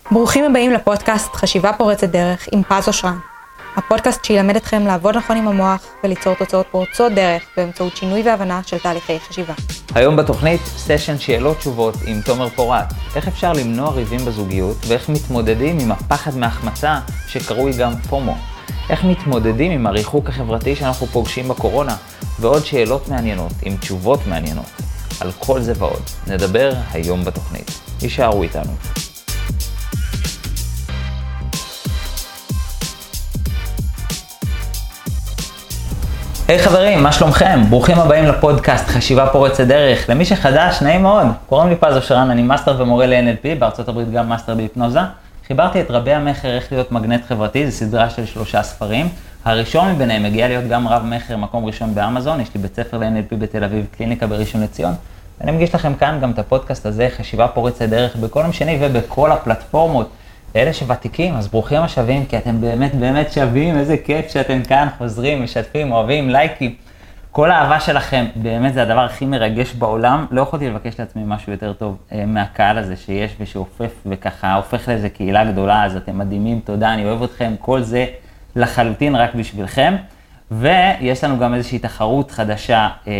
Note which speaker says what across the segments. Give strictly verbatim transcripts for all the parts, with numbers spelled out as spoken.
Speaker 1: ברוכים הבאים לפודקאסט חשיבה פורצת דרך עם פז אושרן. הפודקאסט שילמד אתכם לעבוד נכון עם המוח וליצור תוצאות פורצות דרך באמצעות שינוי והבנה של תהליכי חשיבה.
Speaker 2: היום בתוכנית סשן שאלות תשובות עם תומר פורט. איך אפשר למנוע ריבים בזוגיות ואיך מתמודדים עם הפחד מהחמצה שקרוי גם פומו. איך מתמודדים עם הריחוק החברתי שאנחנו פוגשים בקורונה ועוד שאלות מעניינות עם תשובות מעניינות. על כל זה ועוד נדבר היום בתוכנית. יישארו איתנו. היי hey, חברים, מה שלומכם? ברוכים הבאים לפודקאסט חשיבה פורצת דרך. למי שחדש, נעים מאוד. קוראים לי פז אושרן, אני מאסטר ומורה ל-אן אל פי, בארצות הברית גם מאסטר בהיפנוזה. חיברתי את רבי המחר איך להיות מגנט חברתי, זו סדרה של שלושה ספרים. הראשון מביניהם מגיע להיות גם רב מחר, מקום ראשון באמזון, יש לי בית ספר ל-אן אל פי בתל אביב, קליניקה בראשון לציון. ואני מגיש לכם כאן גם את הפודקאסט הזה, חשיבה פורצת דרך, בכל יום שני ובכל הפלטפורמות. אלה שוותיקים, אז ברוכים השווים, כי אתם באמת באמת שווים, איזה כיף שאתם כאן חוזרים, משתפים, אוהבים, לייקים. כל האהבה שלכם, באמת זה הדבר הכי מרגש בעולם. לא יכולתי לבקש לעצמי משהו יותר טוב אה, מהקהל הזה שיש ושהופף וככה הופך לאיזה קהילה גדולה, אז אתם מדהימים, תודה, אני אוהב אתכם, כל זה לחלוטין רק בשבילכם. ויש לנו גם איזושהי תחרות חדשה אה,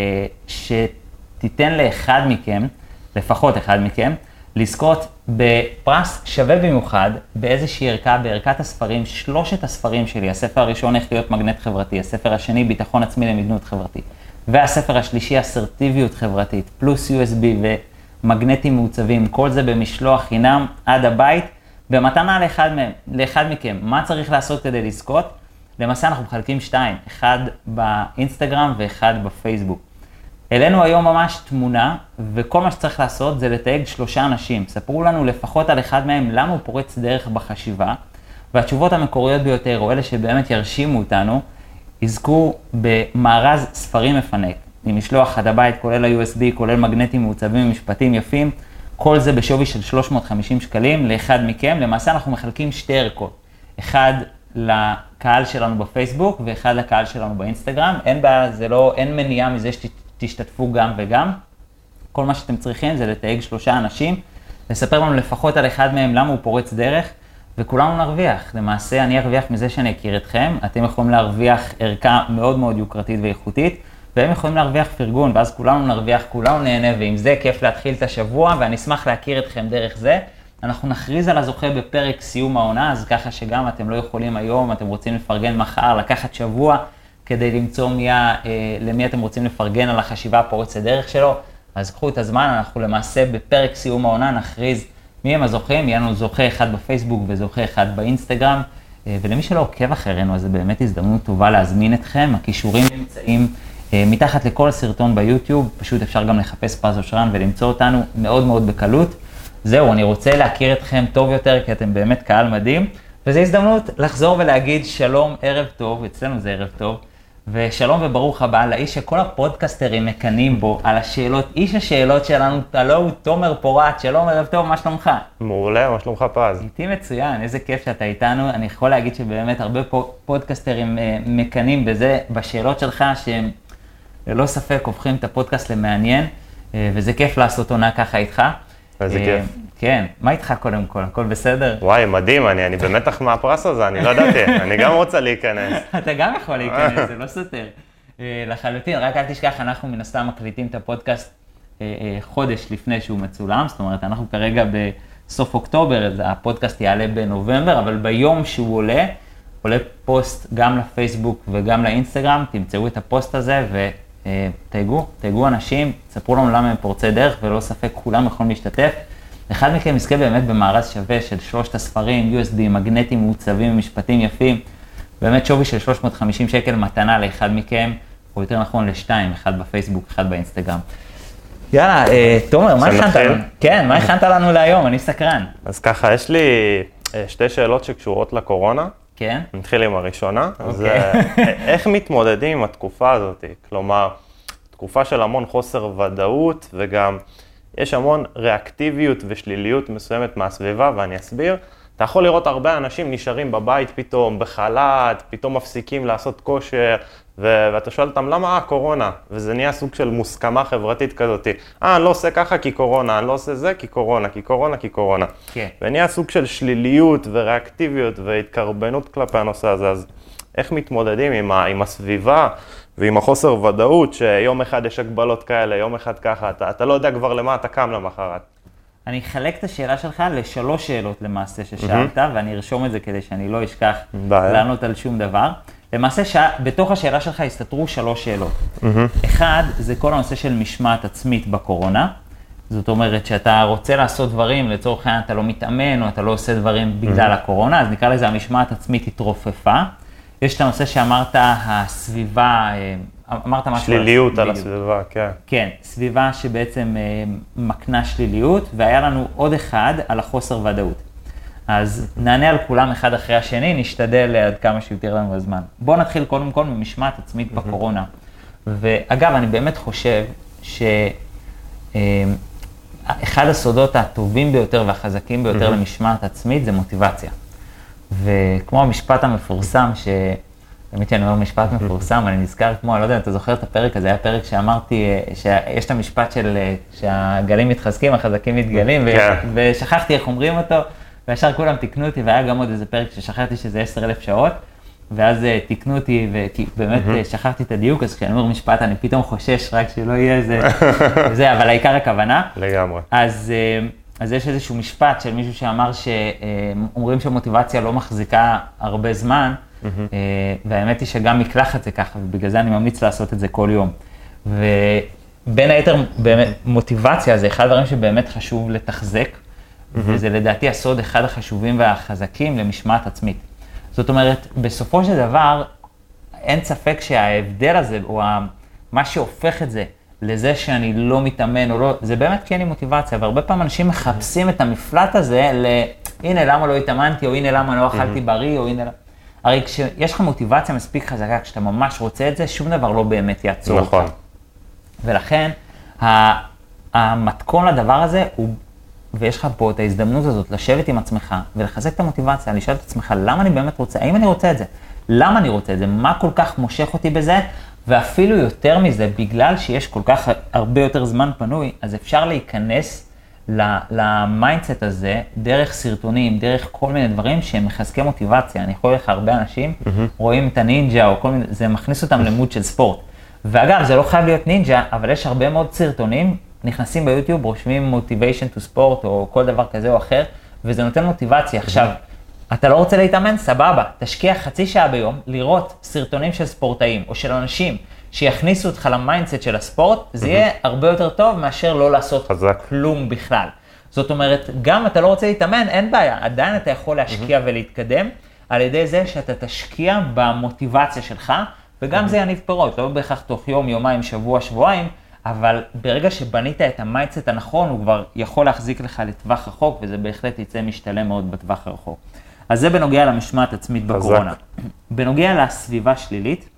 Speaker 2: שתיתן לאחד מכם, לפחות אחד מכם, לזכות בפרס שווה במיוחד באיזושהי ערכה, בערכת הספרים, שלושת הספרים שלי, הספר הראשון איך להיות מגנט חברתי, הספר השני ביטחון עצמי למגנות חברתי, והספר השלישי אסרטיביות חברתית, פלוס יו אס בי ומגנטים מעוצבים, כל זה במשלוח חינם עד הבית, במתנה לאחד, מהם, לאחד מכם. מה צריך לעשות כדי לזכות? למעשה אנחנו מחלקים שתיים, אחד באינסטגרם ואחד בפייסבוק. אלינו היום ממש תמונה, וכל מה שצריך לעשות זה לתייג שלושה אנשים. ספרו לנו לפחות על אחד מהם למה הוא פורץ דרך בחשיבה, והתשובות המקוריות ביותר, או אלה שבאמת ירשימו אותנו, יזכו במארז ספרים מפנק. עם משלוח עד הבית, כולל ה-יו אס בי, כולל מגנטים מעוצבים ומשפטים יפים, כל זה בשווי של שלוש מאות וחמישים שקלים לאחד מכם. למעשה אנחנו מחלקים שתי ערכות. אחד לקהל שלנו בפייסבוק, ואחד לקהל שלנו באינסטגרם. אין בעיה, זה לא, אין מניעה מזה שת... תשתתפו גם וגם. כל מה שאתם צריכים זה לתייג שלושה אנשים, לספר לנו לפחות על אחד מהם למה הוא פורץ דרך, וכולנו נרוויח. למעשה אני ארוויח מזה שאני אכיר אתכם, אתם יכולים להרוויח ערכה מאוד מאוד יוקרתית ואיכותית, והם יכולים להרוויח פרגון, ואז כולנו נרוויח, כולנו נהנה, ועם זה כיף להתחיל את השבוע, ואני אשמח להכיר אתכם דרך זה. אנחנו נכריז על הזוכה בפרק סיום העונה, אז ככה שגם אתם לא יכולים היום, אתם רוצים לפרגן מחר, לקחת שבוע, כדי למצוא מי, אה, למי אתם רוצים לפרגן על החשיבה הפורצת דרך שלו, אז קחו את הזמן, אנחנו למעשה בפרק סיום העונה נכריז מי הם הזוכים, יהיה לנו זוכה אחד בפייסבוק וזוכה אחד באינסטגרם, אה, ולמי שלא עוקב אחרינו, אז זה באמת הזדמנות טובה להזמין אתכם, הכישורים נמצאים אה, מתחת לכל סרטון ביוטיוב, פשוט אפשר גם לחפש פז אושרן ולמצוא אותנו מאוד מאוד בקלות. זהו, אני רוצה להכיר אתכם טוב יותר, כי אתם באמת קהל מדהים, וזו הזדמנות לחזור ולהגיד שלום, ערב טוב, אצלנו זה ערב טוב, ושלום וברוך הבא לאיש שכל הפודקסטרים מקנים בו על השאלות, איש השאלות שלנו, הלו הוא תומר פורט. שלום, ערב טוב, מה שלומך?
Speaker 3: מעולה, מה שלומך פז?
Speaker 2: איתי מצוין, איזה כיף שאתה איתנו. אני יכול להגיד שבאמת הרבה פודקסטרים מקנים בזה, בשאלות שלך, שהם ללא ספק הופכים את הפודקאסט למעניין, וזה כיף לעשות עונה ככה איתך.
Speaker 3: איזה כיף.
Speaker 2: כן, מה איתך קודם כל? הכל בסדר?
Speaker 3: וואי, מדהים, אני, אני במתח מהפרס הזה, אני לא ידעתי, אני גם רוצה להיכנס.
Speaker 2: אתה גם יכול להיכנס, זה לא סותר. לחלוטין, רק אל תשכח, אנחנו מן הסתם מקליטים את הפודקאסט חודש לפני שהוא מצולם, זאת אומרת, אנחנו כרגע בסוף אוקטובר, הפודקאסט יעלה בנובמבר, אבל ביום שהוא עולה, עולה פוסט גם לפייסבוק וגם לאינסטגרם, תמצאו את הפוסט הזה ותייגו, תייגו אנשים, ספרו לנו למה הם פורצי דרך, ולא ספק, כולם יכולים להשתתף. אחד מכם יזכה באמת במארז שווה של שלושת הספרים, יו אס בי, מגנטים מעוצבים ומשפטים יפים, באמת שווי של שלוש מאות וחמישים שקל מתנה לאחד מכם, או יותר נכון לשתיים, אחד בפייסבוק, אחד באינסטגרם. יאללה, תומר, מה הכנת לנו? כן, מה הכנת לנו להיום? אני סקרן.
Speaker 3: אז ככה, יש לי שתי שאלות שקשורות לקורונה.
Speaker 2: כן.
Speaker 3: נתחיל עם הראשונה. אז איך מתמודדים עם התקופה הזאת? כלומר, תקופה של המון חוסר ודאות, וגם יש המון ריאקטיביות ושליליות מסוימת מהסביבה, ואני אסביר. אתה יכול לראות הרבה אנשים נשארים בבית פתאום, בחל"ת, פתאום מפסיקים לעשות כושר, ו- ואתה שואל אותם, למה אה, קורונה? וזה נהיה סוג של מוסכמה חברתית כזאת. אה, אני לא עושה ככה כי קורונה, אני לא עושה זה כי קורונה, כי קורונה, כי קורונה.
Speaker 2: כן.
Speaker 3: ונהיה סוג של שליליות וריאקטיביות והתקרבנות כלפי הנושא הזה. אז איך מתמודדים עם, ה- עם הסביבה ועם החוסר ודאות, שיום אחד יש הגבלות כאלה, יום אחד ככה, אתה, אתה לא יודע כבר למה אתה קם למחרת.
Speaker 2: אני אחלק את השאלה שלך לשלוש שאלות למעשה ששאלת, mm-hmm. ואני ארשום את זה כדי שאני לא אשכח בעיה. לענות על שום דבר. למעשה, ש... בתוך השאלה שלך הסתתרו שלוש שאלות. Mm-hmm. אחד, זה כל הנושא של משמעת עצמית בקורונה. זאת אומרת שאתה רוצה לעשות דברים, לצורך העניין אתה לא מתאמן, או אתה לא עושה דברים בגלל mm-hmm. הקורונה, אז נקרא לזה המשמעת עצמית התרופפה. יש את הנושא שאמרת, הסביבה, אמרת משהו...
Speaker 3: שליליות על הסביבה, כן.
Speaker 2: כן, סביבה שבעצם מקנה שליליות, והיה לנו עוד אחד על החוסר ודאות. אז נענה על כולם אחד אחרי השני, נשתדל עד כמה שיותר לנו בזמן. בואו נתחיל קודם כל ממשמעת עצמית בקורונה. ואגב, אני באמת חושב שאחד הסודות הטובים ביותר והחזקים ביותר למשמעת עצמית זה מוטיבציה. וכמו המשפט המפורסם, שבאמת שאני אומר משפט מפורסם, אני נזכר כמו, אני לא יודע אם אתה זוכר את הפרק הזה, היה פרק שאמרתי שיש את המשפט של שהגלים מתחזקים, החזקים מתגלים, ושכחתי איך אומרים אותו, וישר כולם תקנו אותי, והיה גם עוד איזה פרק ששכחתי שזה עשרת אלפים שעות, ואז תקנו אותי, ובאמת שכחתי את הדיוק, אז כשאני אומר משפט, אני פתאום חושש רק שלא יהיה איזה, אבל העיקר הכוונה.
Speaker 3: לגמרי.
Speaker 2: אז... אז יש איזשהו משפט של מישהו שאמר שאומרים שמוטיבציה לא מחזיקה הרבה זמן, mm-hmm. והאמת היא שגם מקלחת זה ככה, ובגלל זה אני ממליץ לעשות את זה כל יום. ובין היתר, באמת, מוטיבציה זה אחד הדברים שבאמת חשוב לתחזק, mm-hmm. וזה לדעתי הסוד אחד החשובים והחזקים למשמעת עצמית. זאת אומרת, בסופו של דבר, אין ספק שההבדל הזה, או מה שהופך את זה, לזה שאני לא מתאמן או לא, זה באמת כי אין לי מוטיבציה, והרבה פעמים אנשים מחפשים את המפלט הזה ל... הנה למה לא התאמנתי, או הנה למה לא אכלתי בריא, או הנה... הרי כשיש לך מוטיבציה מספיק חזקה, כשאתה ממש רוצה את זה, שום דבר לא באמת יעצור אותך. נכון. ולכן, המתכון לדבר הזה הוא, ויש לך פה את ההזדמנות הזאת לשבת עם עצמך, ולחזק את המוטיבציה, לשאול את עצמך, למה אני באמת רוצה, האם אני רוצה את זה? למה אני רוצה את זה? מה כל כך מושך אותי בזה? ואפילו יותר מזה, בגלל שיש כל כך הרבה יותר זמן פנוי, אז אפשר להיכנס למיינדסט הזה, דרך סרטונים, דרך כל מיני דברים שהם מחזקי מוטיבציה. אני יכול לך הרבה אנשים, mm-hmm. רואים את הנינג'ה או כל מיני, זה מכניס אותם למוד של ספורט. ואגב, זה לא חייב להיות נינג'ה, אבל יש הרבה מאוד סרטונים, נכנסים ביוטיוב, רושמים motivation to sport או כל דבר כזה או אחר, וזה נותן מוטיבציה. Mm-hmm. עכשיו, אתה לא רוצה להתאמן? סבבה. תשקיע חצי שעה ביום לראות סרטונים של ספורטאים או של אנשים שיכניסו אותך למיינדסט של הספורט, זה mm-hmm. יהיה הרבה יותר טוב מאשר לא לעשות חזק. כלום בכלל. זאת אומרת, גם אתה לא רוצה להתאמן, אין בעיה. עדיין אתה יכול להשקיע mm-hmm. ולהתקדם על ידי זה שאתה תשקיע במוטיבציה שלך, וגם mm-hmm. זה יניב פירות, לא בהכרח תוך יום, יומיים, שבוע, שבועיים, אבל ברגע שבנית את המיינדסט הנכון, הוא כבר יכול להחזיק לך לטווח רחוק, וזה בהחלט יצא משתלם מאוד בטווח הרחוק. אז זה בנוגע למשמעת עצמית בקורונה. בנוגע לסביבה שלילית,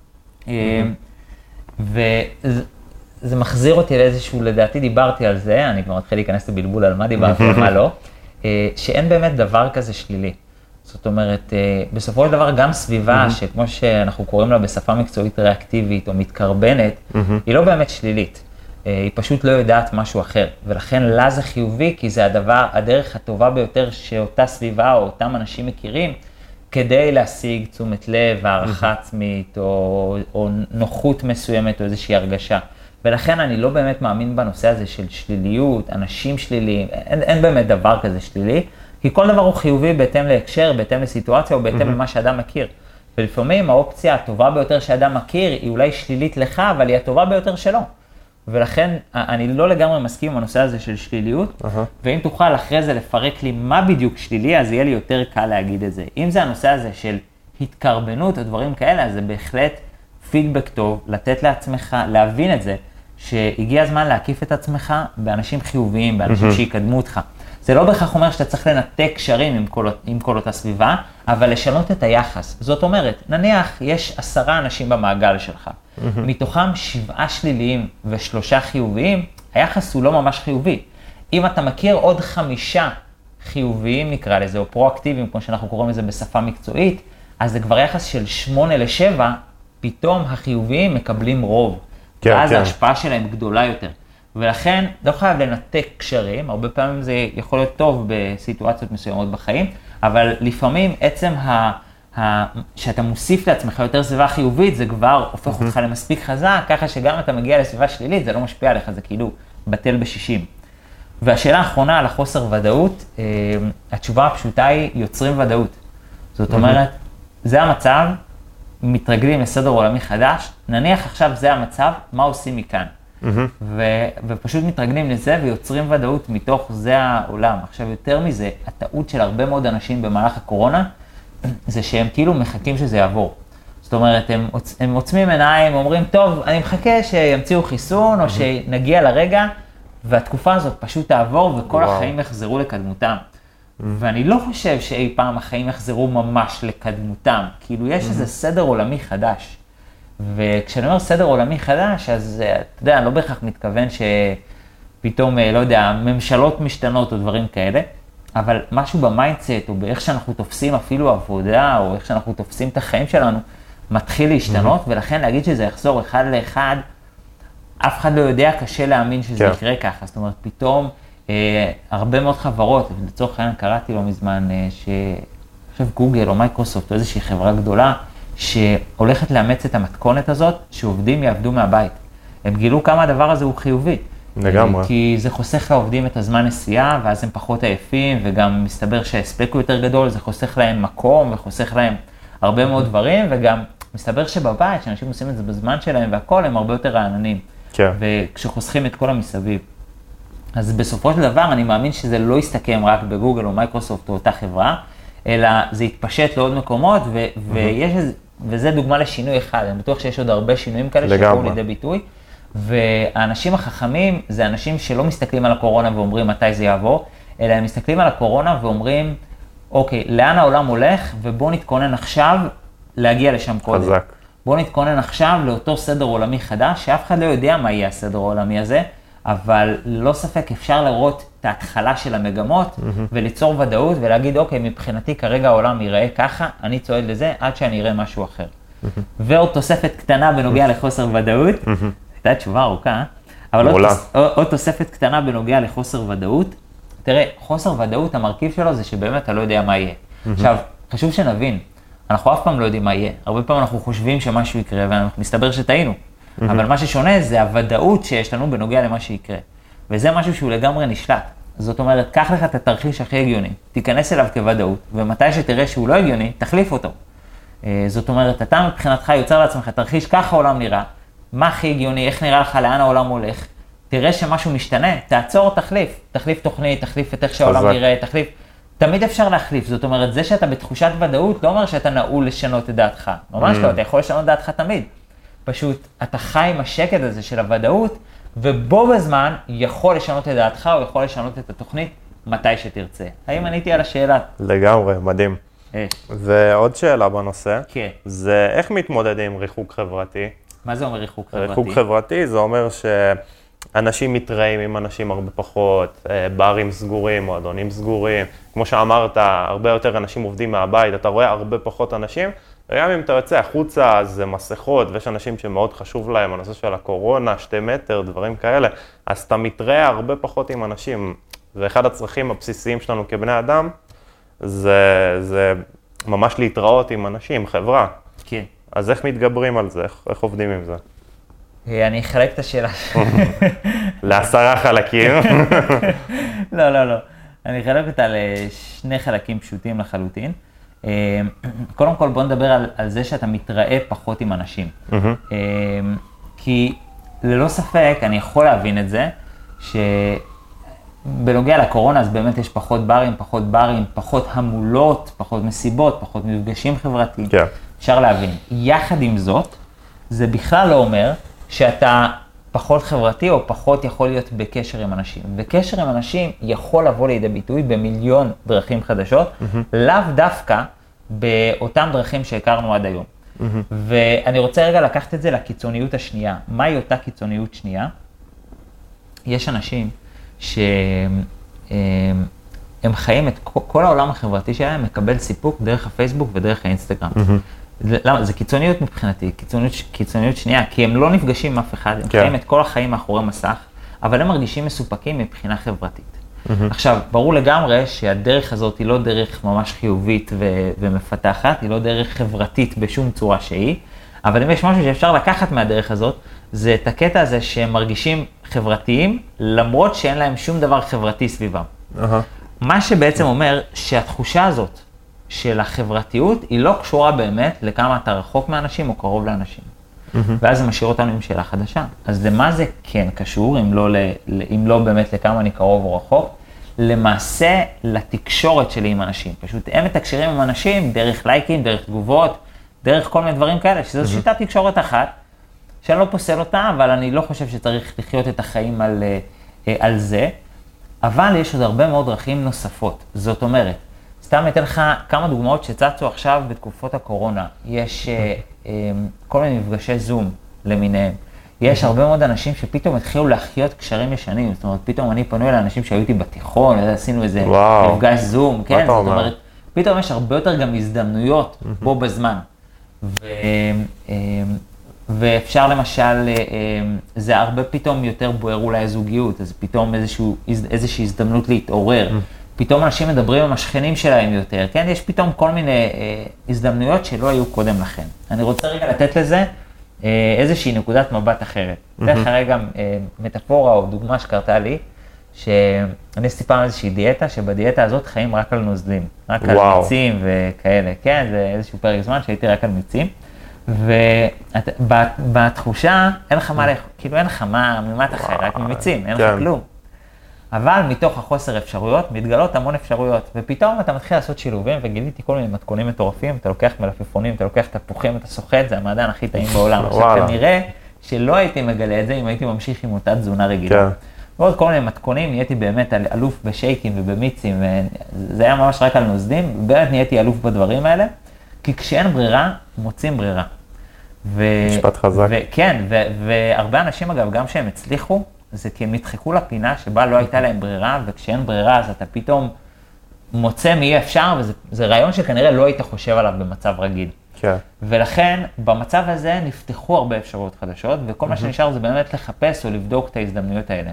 Speaker 2: וזה מחזיר אותי לאיזשהו, לדעתי דיברתי על זה, אני כבר מתחיל להיכנס לבלבול על מה דיברתי ומה לא, שאין באמת דבר כזה שלילי. זאת אומרת, בסופו של דבר גם סביבה שכמו שאנחנו קוראים לה בשפה מקצועית ריאקטיבית או מתקרבנת, היא לא באמת שלילית. היא פשוט לא יודעת משהו אחר, ולכן לה זה חיובי, כי זה הדבר, הדרך הטובה ביותר שאותה סביבה או אותם אנשים מכירים, כדי להשיג תשומת לב, הערכה עצמית, או, או נוחות מסוימת, או איזושהי הרגשה. ולכן אני לא באמת מאמין בנושא הזה של שליליות, אנשים שליליים, אין, אין באמת דבר כזה שלילי, כי כל דבר הוא חיובי בהתאם להקשר, בהתאם לסיטואציה, או בהתאם למה שאדם מכיר. ולפעמים האופציה הטובה ביותר שאדם מכיר, היא אולי שלילית לך, אבל היא הטובה ביותר שלו. ולכן אני לא לגמרי מסכים עם הנושא הזה של שליליות, uh-huh. ואם תוכל אחרי זה לפרק לי מה בדיוק שלילי, אז יהיה לי יותר קל להגיד את זה. אם זה הנושא הזה של התקרבנות או דברים כאלה, אז זה בהחלט פידבק טוב, לתת לעצמך, להבין את זה, שהגיע הזמן להקיף את עצמך באנשים חיוביים, באנשים uh-huh. שיקדמו אותך. זה לא בהכרח אומר שאתה צריך לנתק קשרים עם כל, עם כל אותה סביבה, אבל לשנות את היחס. זאת אומרת, נניח יש עשרה אנשים במעגל שלך, mm-hmm. מתוכם שבעה שליליים ושלושה חיוביים, היחס הוא לא ממש חיובי. אם אתה מכיר עוד חמישה חיוביים נקרא לזה, או פרואקטיביים, כמו שאנחנו קוראים לזה בשפה מקצועית, אז זה כבר יחס של שמונה לשבע, פתאום החיוביים מקבלים רוב.
Speaker 3: כן,
Speaker 2: ואז
Speaker 3: כן.
Speaker 2: ההשפעה שלהם גדולה יותר. ולכן לא חייב לנתק קשרים, הרבה פעמים זה יכול להיות טוב בסיטואציות מסוימות בחיים, אבל לפעמים עצם ה... ה... שאתה מוסיף לעצמך יותר סביבה חיובית, זה כבר הופך אותך למספיק חזק, ככה שגם אתה מגיע לסביבה שלילית, זה לא משפיע עליך, זה כאילו בטל בשישים. והשאלה האחרונה על החוסר ודאות, התשובה הפשוטה היא יוצרים ודאות. זאת אומרת, זה המצב, מתרגלים לסדר עולמי חדש, נניח עכשיו זה המצב, מה עושים מכאן? ו- ופשוט מתרגלים לזה ויוצרים ודאות מתוך זה העולם. עכשיו יותר מזה, הטעות של הרבה מאוד אנשים במהלך הקורונה, זה שהם כאילו מחכים שזה יעבור. זאת אומרת, הם, הם עוצמים עיניים, אומרים, טוב, אני מחכה שימציאו חיסון או שנגיע לרגע, והתקופה הזאת פשוט תעבור וכל וואו. החיים יחזרו לקדמותם. ואני לא חושב שאי פעם החיים יחזרו ממש לקדמותם. כאילו יש איזה סדר עולמי חדש. וכשאני אומר סדר עולמי חדש, אז אתה יודע, אני לא בהכרח מתכוון שפתאום, לא יודע, ממשלות משתנות או דברים כאלה, אבל משהו במיינדסט או באיך שאנחנו תופסים אפילו עבודה, או איך שאנחנו תופסים את החיים שלנו, מתחיל להשתנות, ולכן להגיד שזה יחזור אחד לאחד, אף אחד לא יודע, קשה להאמין שזה
Speaker 3: כן.
Speaker 2: יקרה ככה. זאת אומרת, פתאום אה, הרבה מאוד חברות, לצורך העניין קראתי לא מזמן, אה, שחושב גוגל או מייקרוסופט או איזושהי חברה גדולה, שהולכת לאמץ את המתכונת הזאת, שעובדים יעבדו מהבית. הם גילו כמה הדבר הזה הוא חיובי.
Speaker 3: לגמרי.
Speaker 2: כי זה חוסך לעובדים את הזמן נסיעה, ואז הם פחות עייפים, וגם מסתבר שההספק הוא יותר גדול, זה חוסך להם מקום, וחוסך להם הרבה מאוד דברים, וגם מסתבר שבבית, שאנשים עושים את זה בזמן שלהם והכל, הם הרבה יותר רעננים.
Speaker 3: כן.
Speaker 2: וכשחוסכים את כל המסביב. אז בסופו של דבר, אני מאמין שזה לא יסתכם רק בגוגל או מייקרוסופט או אותה חברה, אלא זה יתפשט לעוד מקומות, ו- mm-hmm. ויש איזה, וזה דוגמה לשינוי אחד. אני בטוח שיש עוד הרבה שינויים כאלה שבאו לידי ביטוי, והאנשים החכמים זה אנשים שלא מסתכלים על הקורונה ואומרים מתי זה יעבור, אלא הם מסתכלים על הקורונה ואומרים, אוקיי, לאן העולם הולך, ובוא נתכונן עכשיו להגיע לשם קודם.
Speaker 3: חזק.
Speaker 2: בוא נתכונן עכשיו לאותו סדר עולמי חדש, שאף אחד לא יודע מה יהיה הסדר העולמי הזה, אבל לא ספק אפשר לראות את ההתחלה של המגמות, mm-hmm. וליצור ודאות ולהגיד, אוקיי, מבחינתי כרגע העולם ייראה ככה, אני צועד לזה עד שאני אראה משהו אחר. Mm-hmm. ועוד תוספת קטנה בנוגע לחוסר ודאות, mm-hmm. הייתה תשובה ארוכה, אבל עוד, תוס, עוד תוספת קטנה בנוגע לחוסר ודאות. תראה, חוסר ודאות, המרכיב שלו זה שבאמת אתה לא יודע מה יהיה. Mm-hmm. עכשיו, חשוב שנבין, אנחנו אף פעם לא יודעים מה יהיה. הרבה פעמים אנחנו חושבים שמשהו יקרה, ומסתבר שטעינו. Mm-hmm. אבל מה ששונה זה הוודאות שיש לנו בנוגע למה שיקרה. וזה משהו שהוא לגמרי נשלט. זאת אומרת, קח לך את התרחיש הכי הגיוני, תיכנס אליו כוודאות, ומתי שתראה שהוא לא הגיוני, תחליף אותו. זאת אומרת, אתה מבחינתך יוצר לעצמך תרחיש, ככה העולם נראה, מה הכי הגיוני, איך נראה לך, לאן העולם הולך, תראה שמשהו משתנה, תעצור, תחליף, תחליף תוכנית, תחליף את איך שהעולם נראה, תחליף. תמיד אפשר להחליף, זאת אומרת, זה שאתה בתחושת ודאות לא אומר שאתה נעול לשנות את דעתך. ממש לא, אתה יכול לשנות דעתך תמיד. פשוט, אתה חי עם השקט הזה של הוודאות, ובו בזמן יכול לשנות את דעתך, או יכול לשנות את התוכנית מתי שתרצה. האם עניתי על השאלה?
Speaker 3: לגמרי, מדהים.
Speaker 2: יש.
Speaker 3: ועוד שאלה בנושא,
Speaker 2: כן.
Speaker 3: זה איך מתמודדים עם ריחוק חברתי?
Speaker 2: מה זה אומר ריחוק חברתי?
Speaker 3: ריחוק חברתי זה אומר שאנשים מתראים עם אנשים הרבה פחות, ברים סגורים, מועדונים סגורים. כמו שאמרת, הרבה יותר אנשים עובדים מהבית, אתה רואה הרבה פחות אנשים, וגם אם אתה יוצא החוצה, אז זה מסכות, ויש אנשים שמאוד חשוב להם, הנושא של הקורונה, שתי מטר, דברים כאלה, אז אתה מתראה הרבה פחות עם אנשים. ואחד הצרכים הבסיסיים שלנו כבני אדם, זה, זה ממש להתראות עם אנשים, חברה.
Speaker 2: כן.
Speaker 3: אז איך מתגברים על זה? איך, איך עובדים עם זה?
Speaker 2: אני אחלק את השאלה.
Speaker 3: לעשרה חלקים.
Speaker 2: לא, לא, לא. אני אחלק אותה לשני חלקים פשוטים לחלוטין. קודם כל בוא נדבר על, על זה שאתה מתראה פחות עם אנשים. כי ללא ספק אני יכול להבין את זה, שבנוגע לקורונה אז באמת יש פחות ברים, פחות ברים, פחות המולות, פחות מסיבות, פחות מפגשים חברתיים.
Speaker 3: כן.
Speaker 2: אפשר להבין. יחד עם זאת, זה בכלל לא אומר שאתה פחות חברתי או פחות יכול להיות בקשר עם אנשים. וקשר עם אנשים יכול לבוא לידי ביטוי במיליון דרכים חדשות, mm-hmm. לאו דווקא באותם דרכים שהכרנו עד היום. Mm-hmm. ואני רוצה רגע לקחת את זה לקיצוניות השנייה. מהי אותה קיצוניות שנייה? יש אנשים הם חיים את כל העולם החברתי שלהם, מקבל סיפוק דרך הפייסבוק ודרך האינסטגרם. Mm-hmm. למה? זה קיצוניות מבחינתי, קיצוניות, קיצוניות שנייה, כי הם לא נפגשים עם אף אחד, הם כן. חיים את כל החיים מאחורי מסך, אבל הם מרגישים מסופקים מבחינה חברתית. Mm-hmm. עכשיו, ברור לגמרי שהדרך הזאת היא לא דרך ממש חיובית ו- ומפתחת, היא לא דרך חברתית בשום צורה שהיא, אבל אם יש משהו שאפשר לקחת מהדרך הזאת, זה את הקטע הזה שהם מרגישים חברתיים, למרות שאין להם שום דבר חברתי סביבם. Uh-huh. מה שבעצם אומר שהתחושה הזאת של החברתיות, היא לא קשורה באמת לכמה אתה רחוק מאנשים או קרוב לאנשים. Mm-hmm. ואז זה משאיר אותנו עם שאלה חדשה. אז למה זה כן קשור, אם לא, אם לא באמת לכמה אני קרוב או רחוק? למעשה לתקשורת שלי עם אנשים. פשוט הם מתקשרים עם אנשים דרך לייקים, דרך תגובות, דרך כל מיני דברים כאלה, שזו mm-hmm. שיטת תקשורת אחת, שאני לא פוסל אותה, אבל אני לא חושב שצריך לחיות את החיים על, על זה. אבל יש עוד הרבה מאוד דרכים נוספות. זאת אומרת, סתם אתן לך כמה דוגמאות שצצו עכשיו בתקופות הקורונה. יש mm-hmm. כל מיני מפגשי זום למיניהם. יש הרבה מאוד אנשים שפתאום התחילו להחיות קשרים ישנים. זאת אומרת, פתאום אני פנו אל האנשים שהיו איתי בתיכון, עשינו איזה וואו. מפגש זום. כן, זאת אומרת, פתאום יש הרבה יותר גם הזדמנויות mm-hmm. בו בזמן. ו, ואפשר למשל, זה הרבה פתאום יותר בוער אולי הזוגיות, אז פתאום איזשהו, איזושהי הזדמנות להתעורר. פתאום אנשים מדברים עם השכנים שלהם יותר, כן? יש פתאום כל מיני הזדמנויות שלא היו קודם לכן. אני רוצה רגע לתת לזה איזושהי נקודת מבט אחרת. זה אחרי גם מטאפורה או דוגמה שקרתה לי, שאני סיפר על איזושהי דיאטה, שבדיאטה הזאת חיים רק על נוזלים, רק על מיצים וכאלה, כן? זה איזשהו פרק זמן שהייתי רק על מיצים, ובתחושה אין לך מה לאכול, כאילו אין לך מה, ממה אתה חי, רק ממיצים, אין לך כלום. אבל מתוך החוסר אפשרויות, מתגלות המון אפשרויות, ופתאום אתה מתחיל לעשות שילובים, וגיליתי כל מיני מתכונים מטורפים, אתה לוקח מלפפונים, אתה לוקח תפוחים, אתה סוחט, זה המעדן הכי טעים בעולם. עכשיו כנראה שלא הייתי מגלה את זה אם הייתי ממשיך עם אותה תזונה רגילה. ועוד כל מיני מתכונים, נהייתי באמת אלוף בשייקים ובמיצים, זה היה ממש רק על נוזלים, ובאמת נהייתי אלוף בדברים האלה, כי כשאין ברירה, מוצאים ברירה.
Speaker 3: משפט חזק.
Speaker 2: כן, והרבה אנשים אגב, גם שהם הצליחו, זה כי הם נדחקו לפינה שבה לא הייתה להם ברירה, וכשאין ברירה אז אתה פתאום מוצא מי אפשר, וזה רעיון שכנראה לא היית חושב עליו במצב רגיל. כן. ולכן במצב הזה נפתחו הרבה אפשרויות חדשות, וכל מה שנשאר זה באמת לחפש או לבדוק את ההזדמנויות האלה.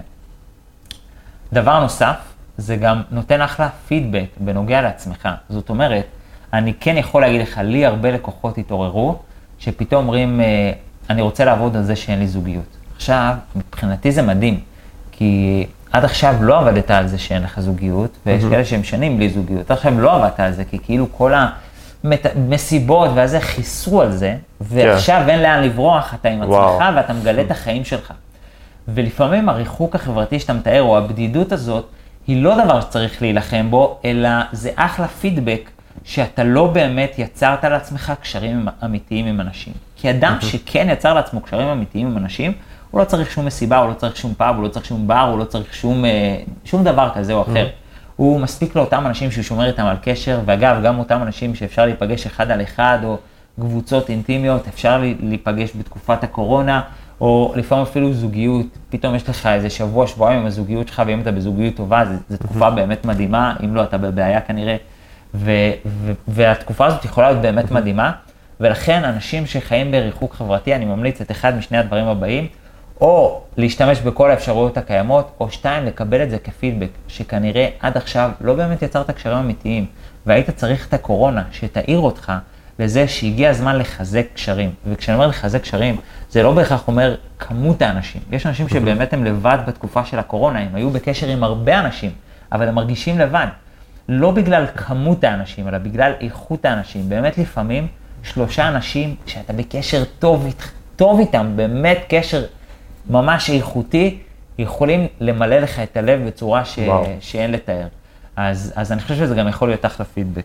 Speaker 2: דבר נוסף, זה גם נותן אחלה פידבק בנוגע לעצמך. זאת אומרת, אני כן יכול להגיד לך, לי הרבה לקוחות התעוררו, שפתאום אומרים, אני רוצה לעבוד על זה שאין לי זוגיות. עכשיו, מבחינתי זה מדהים, כי עד עכשיו לא עבדת על זה שאין לך זוגיות, ויש כאלה שהם שנים בלי זוגיות. עד עכשיו לא עבדת על זה, כי כאילו כל המסיבות והזה חיסרו על זה, ועכשיו אין לאן לברוח, אתה עם עצמך ואתה מגלה את החיים שלך. ולפעמים הריחוק החברתי שאתה מתאר, או הבדידות הזאת, היא לא דבר שצריך להילחם בו, אלא זה אחלה פידבק, שאתה לא באמת יצרת לעצמך קשרים אמיתיים עם אנשים. כי אדם שכן יצר לעצמו קשרים אמיתיים עם אנשים, הוא לא צריך שום מסיבה, הוא לא צריך שום פאב, הוא לא צריך שום בר, הוא לא צריך שום, שום דבר כזה או אחר. הוא מספיק לאותם אנשים שהוא שומר איתם על קשר, ואגב, גם אותם אנשים שאפשר להיפגש אחד על אחד, או קבוצות אינטימיות, אפשר להיפגש בתקופת הקורונה, או לפעמים אפילו זוגיות, פתאום יש לך איזה שבוע, שבועיים עם הזוגיות שלך, ואם אתה בזוגיות טובה, זו תקופה באמת מדהימה, אם לא, אתה בבעיה כנראה. ו- ו- והתקופה הזאת יכולה להיות באמת מדהימה, ולכן אנשים שחיים בריחוק חברתי, אני ממליץ את אחד משני הדברים הבאים, או להשתמש בכל האפשרויות הקיימות, או שתיים, לקבל את זה כפידבק, שכנראה עד עכשיו לא באמת יצרת קשרים אמיתיים, והיית צריך את הקורונה שתאיר אותך לזה שהגיע הזמן לחזק קשרים. וכשאני אומר לחזק קשרים, זה לא בהכרח אומר כמות האנשים. יש אנשים שבאמת הם לבד בתקופה של הקורונה, הם היו בקשר עם הרבה אנשים, אבל הם מרגישים לבד. לא בגלל כמות האנשים, אלא בגלל איכות האנשים. באמת לפעמים שלושה אנשים שאתה בקשר טוב, טוב איתם, באמת קשר ממש איכותי, יכולים למלא לך את הלב בצורה ש... שאין לתאר. אז, אז אני חושב שזה גם יכול להיות אחלה פידבק.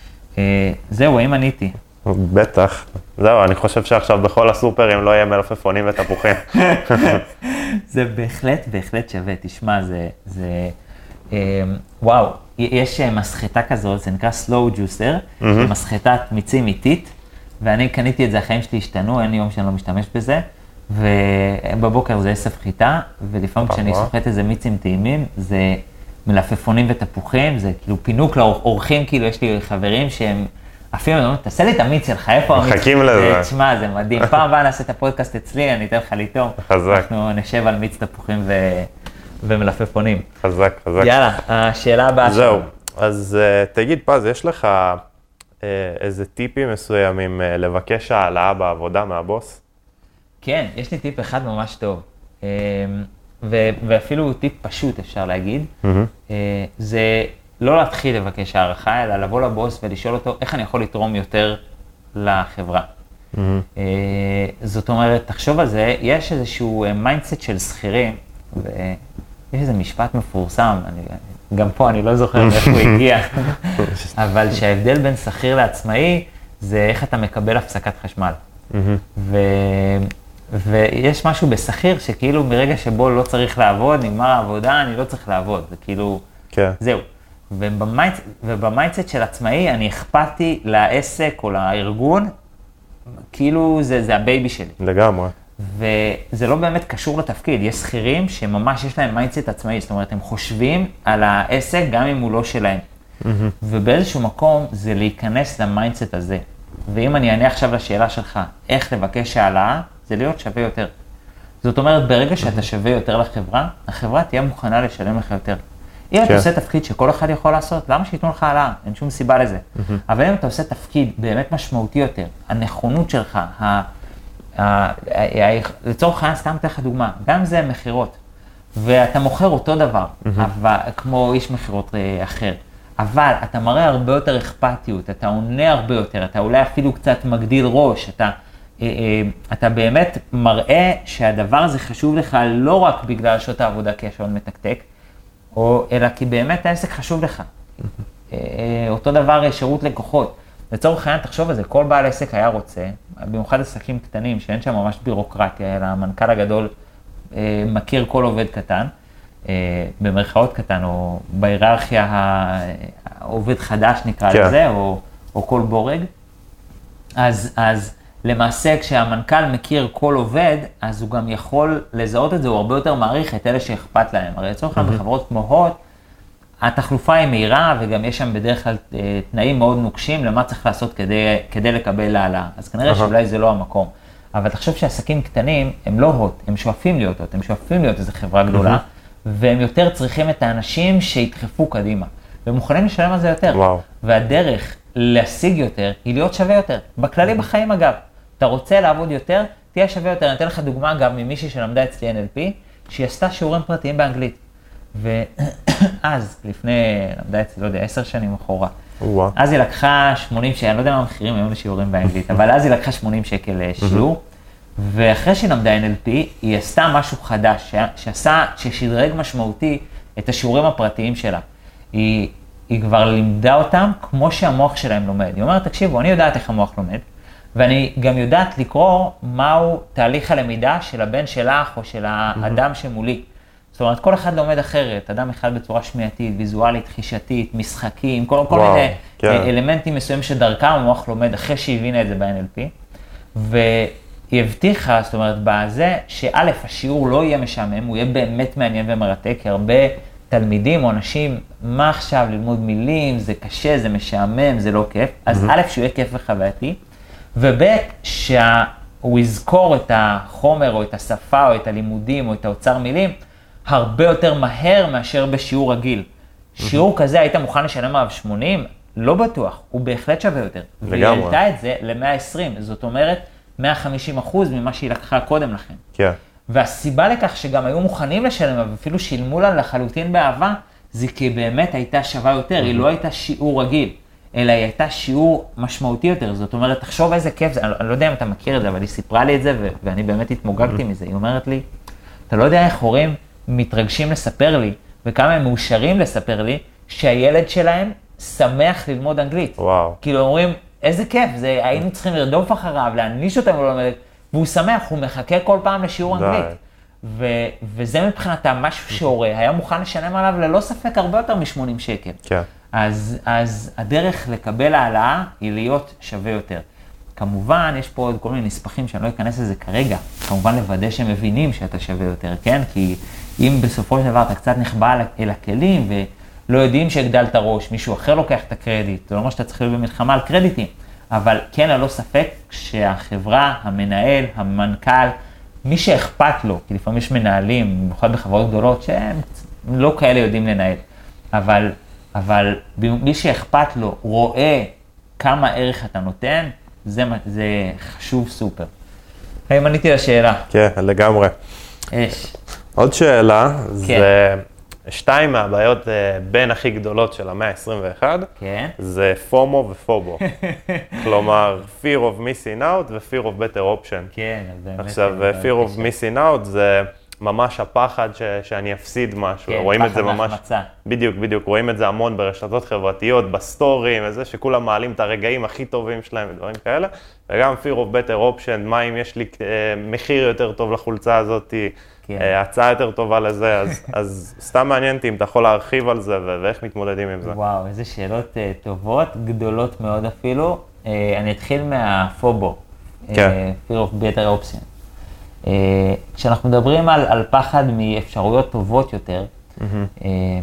Speaker 2: זהו, האם עניתי?
Speaker 3: בטח. זהו, אני חושב שעכשיו בכל הסופרים לא יהיה מלפפונים ותפוחים.
Speaker 2: זה בהחלט, בהחלט שווה. תשמע, זה... זה וואו, יש מסחטה כזאת, זה נקרא slow juicer, מסחטת מיצים איטית, ואני קניתי את זה, החיים שלי השתנו, אין לי יום שאני לא משתמש בזה, ובבוקר זה עשב חיטה, ולפעמים כשאני סוחט איזה מיצים טעימים, זה מלפפונים ותפוחים, זה כאילו פינוק לאורחים, כאילו יש לי חברים שהם אפילו אומרים, תעשה לי את המיץ שלך, איפה המיץ?
Speaker 3: מחכים לזה.
Speaker 2: תשמע, זה מדהים. פעם הבאה נעשה את הפודקאסט אצלי, אני אתן לך לטעום.
Speaker 3: חזק.
Speaker 2: אנחנו נשב על מיץ תפוחים ו... ומלפפונים.
Speaker 3: חזק, חזק.
Speaker 2: יאללה, השאלה הבאה.
Speaker 3: זהו, אז uh, תגיד פז, יש לך uh, איזה טיפים מסוימים uh, לבקש העלאה בעבודה מהבוס?
Speaker 2: כן, יש לי טיפ אחד ממש טוב, um, ו- ואפילו טיפ פשוט אפשר להגיד, mm-hmm. uh, זה לא להתחיל לבקש הערכה, אלא לבוא לבוס ולשאול אותו איך אני יכול לתרום יותר לחברה. Mm-hmm. Uh, זאת אומרת, תחשוב על זה, יש איזשהו מיינדסט של שכירים, ויש איזה משפט מפורסם, אני, גם פה אני לא זוכר מאיפה הוא הגיע, אבל שההבדל בין שכיר לעצמאי זה איך אתה מקבל הפסקת חשמל. Mm-hmm. ו... ויש משהו בשכיר שכאילו מרגע שבו לא צריך לעבוד, נגמר העבודה, אני לא צריך לעבוד, זה כאילו,
Speaker 3: כן.
Speaker 2: זהו. ובמיינדסט, ובמיינדסט של עצמאי אני אכפתי לעסק או לארגון, כאילו זה, זה הבייבי שלי.
Speaker 3: לגמרי.
Speaker 2: וזה לא באמת קשור לתפקיד, יש שכירים שממש יש להם מיינדסט עצמאי, זאת אומרת, הם חושבים על העסק גם אם הוא לא שלהם. Mm-hmm. ובאיזשהו מקום זה להיכנס למיינדסט הזה. ואם אני אענה עכשיו לשאלה שלך, איך לבקש העלאה, זה להיות שווה יותר. זאת אומרת, ברגע שאתה שווה יותר לחברה, החברה תהיה מוכנה לשלם לך יותר. אם אתה עושה תפקיד שכל אחד יכול לעשות, למה שייתנו לך העלאה? אין שום סיבה לזה. אבל אם אתה עושה תפקיד באמת משמעותי יותר, הנכונות שלך, לצורך העניין, סתם אתן לך דוגמה, גם זה מחירות, ואתה מוכר אותו דבר, כמו איש מחירות אחר, אבל אתה מראה הרבה יותר אכפתיות, אתה עונה הרבה יותר, אתה אולי אפילו קצת מגדיל ראש, אתה, אתה באמת מראה שהדבר הזה חשוב לך לא רק בגלל שעות העבודה כי השעון מתקתק, או, אלא כי באמת העסק חשוב לך. אותו דבר שירות לקוחות. לצורך העניין, תחשוב על זה, כל בעל עסק היה רוצה, במיוחד עסקים קטנים, שאין שם ממש בירוקרטיה, אלא המנכ"ל הגדול מכיר כל עובד קטן, במרכאות קטן, או בהיררכיה העובד חדש נקרא
Speaker 3: כן.
Speaker 2: לזה, או, או כל בורג. אז, אז למעשה, כשהמנכ"ל מכיר כל עובד, אז הוא גם יכול לזהות את זה, הוא הרבה יותר מעריך את אלה שאכפת להם. הרי לצורך העניין, בחברות כמו הוט, התחלופה היא מהירה, וגם יש שם בדרך כלל תנאים מאוד נוקשים למה צריך לעשות כדי, כדי לקבל העלאה. אז כנראה שאולי זה לא המקום. אבל תחשוב שעסקים קטנים הם לא הוט, הם שואפים להיות הוט, הם שואפים להיות איזו חברה גדולה, והם יותר צריכים את האנשים שידחפו קדימה. והם מוכנים לשלם על זה יותר.
Speaker 3: וואו.
Speaker 2: והדרך להשיג יותר היא להיות שווה יותר. בכללי בחיים אגב, אתה רוצה לעבוד יותר, תהיה שווה יותר. אני אתן לך דוגמה גם ממישהי שלמדה אצלי אן אל פי, שהיא עשתה שיעורים פרטיים באנגלית. ואז, לפני, למדה אצלי, לא יודע, עשר שנים אחורה,
Speaker 3: וואו.
Speaker 2: אז היא לקחה שמונים שקל, אני לא יודע מה המחירים היום לשיעורים באנגלית, אבל אז היא לקחה שמונים שקל לשיעור, ואחרי שהיא למדה אן אל פי, היא עשתה משהו חדש, שעשה, ששדרג משמעותי את השיעורים הפרטיים שלה. היא, היא כבר לימדה אותם כמו שהמוח שלהם לומד. היא אומרת, תקשיבו, אני יודעת איך המוח לומד, ואני גם יודעת לקרוא מהו תהליך הלמידה של הבן שלך או של האדם שמולי. זאת אומרת, כל אחד לומד אחרת, אדם אחד בצורה שמיעתית, ויזואלית, חישתית, משחקים, כל, כל
Speaker 3: וואו,
Speaker 2: מיני
Speaker 3: כן.
Speaker 2: אלמנטים מסוימים שדרכם המוח לומד אחרי שהבינה את זה ב-אן אל פי. והיא הבטיחה, זאת אומרת, בזה, שא', השיעור לא יהיה משעמם, הוא יהיה באמת מעניין ומרתק, כי הרבה תלמידים או אנשים, מה עכשיו ללמוד מילים, זה קשה, זה משעמם, זה לא כיף. אז א', שהוא יהיה כיף וחווייתי, וב', שהוא יזכור את החומר או את השפה או את הלימודים או את האוצר מילים, הרבה יותר מהר מאשר בשיעור רגיל. שיעור כזה, היית מוכן לשלם עליו שמונים? לא בטוח, הוא בהחלט שווה יותר. והיא העלתה את זה ל-מאה ועשרים, זאת אומרת, מאה וחמישים אחוז ממה שהיא לקחה קודם לכן.
Speaker 3: כן.
Speaker 2: והסיבה לכך שגם היו מוכנים לשלם, ואפילו שילמו לה לחלוטין באהבה, זה כי באמת הייתה שווה יותר, היא לא הייתה שיעור רגיל, אלא היא הייתה שיעור משמעותי יותר. זאת אומרת, תחשוב איזה כיף זה, אני לא יודע אם אתה מכיר את זה, אבל היא סיפרה לי את זה, ואני באמת התמוגגתי מזה. היא אומרת לי, אתה לא יודע איך הורים מתרגשים לספר לי, וכמה הם מאושרים לספר לי, שהילד שלהם שמח ללמוד אנגלית.
Speaker 3: וואו. כאילו
Speaker 2: אומרים, איזה כיף, זה, היינו צריכים לרדוף אחריו, להעניש אותם ללמד, והוא שמח, הוא מחכה כל פעם לשיעור אנגלית. ו, וזה מבחינתם משהו שהורה היה מוכן לשלם עליו ללא ספק הרבה יותר מ-שמונים שקל.
Speaker 3: כן.
Speaker 2: אז, אז הדרך לקבל העלאה היא להיות שווה יותר. כמובן, יש פה עוד כל מיני נספחים שאני לא אכנס לזה כרגע. כמובן לוודא שהם מבינים שאתה שווה יותר, כן? כי אם בסופו של דבר אתה קצת נחבא אל הכלים ולא יודעים שהגדלת ראש, מישהו אחר לוקח את הקרדיט, זה לא אומר שאתה צריך להיות במלחמה על קרדיטים, אבל כן, ללא ספק שהחברה, המנהל, המנכ"ל, מי שאכפת לו, כי לפעמים יש מנהלים, במיוחד בחברות גדולות, שהם לא כאלה יודעים לנהל, אבל, אבל מי שאכפת לו רואה כמה ערך אתה נותן, זה, זה חשוב סופר. האם עניתי לשאלה?
Speaker 3: כן, לגמרי.
Speaker 2: יש.
Speaker 3: עוד שאלה,
Speaker 2: כן.
Speaker 3: זה שתיים מהבעיות בין הכי גדולות של המאה ה-עשרים ואחת,
Speaker 2: כן.
Speaker 3: זה פומו ופובו. כלומר, fear of missing out ו-fear of better option.
Speaker 2: כן, באמת.
Speaker 3: עכשיו, fear of missing out זה ממש הפחד ש- שאני אפסיד משהו.
Speaker 2: כן,
Speaker 3: רואים את זה
Speaker 2: פחד
Speaker 3: ממש,
Speaker 2: מהחמצה.
Speaker 3: בדיוק, בדיוק, רואים את זה המון ברשתות חברתיות, בסטורים, וזה שכולם מעלים את הרגעים הכי טובים שלהם ודברים כאלה, וגם fear of better option, מה אם יש לי uh, מחיר יותר טוב לחולצה הזאת,
Speaker 2: כן.
Speaker 3: uh, הצעה יותר טובה לזה, אז, אז סתם מעניין אותי אם אתה יכול להרחיב על זה ו- ואיך מתמודדים עם זה.
Speaker 2: וואו, איזה שאלות uh, טובות, גדולות מאוד אפילו. Uh, אני אתחיל מהפובו,
Speaker 3: כן.
Speaker 2: uh, fear of better option. Uh, כשאנחנו מדברים על, על פחד מאפשרויות טובות יותר, mm-hmm. uh,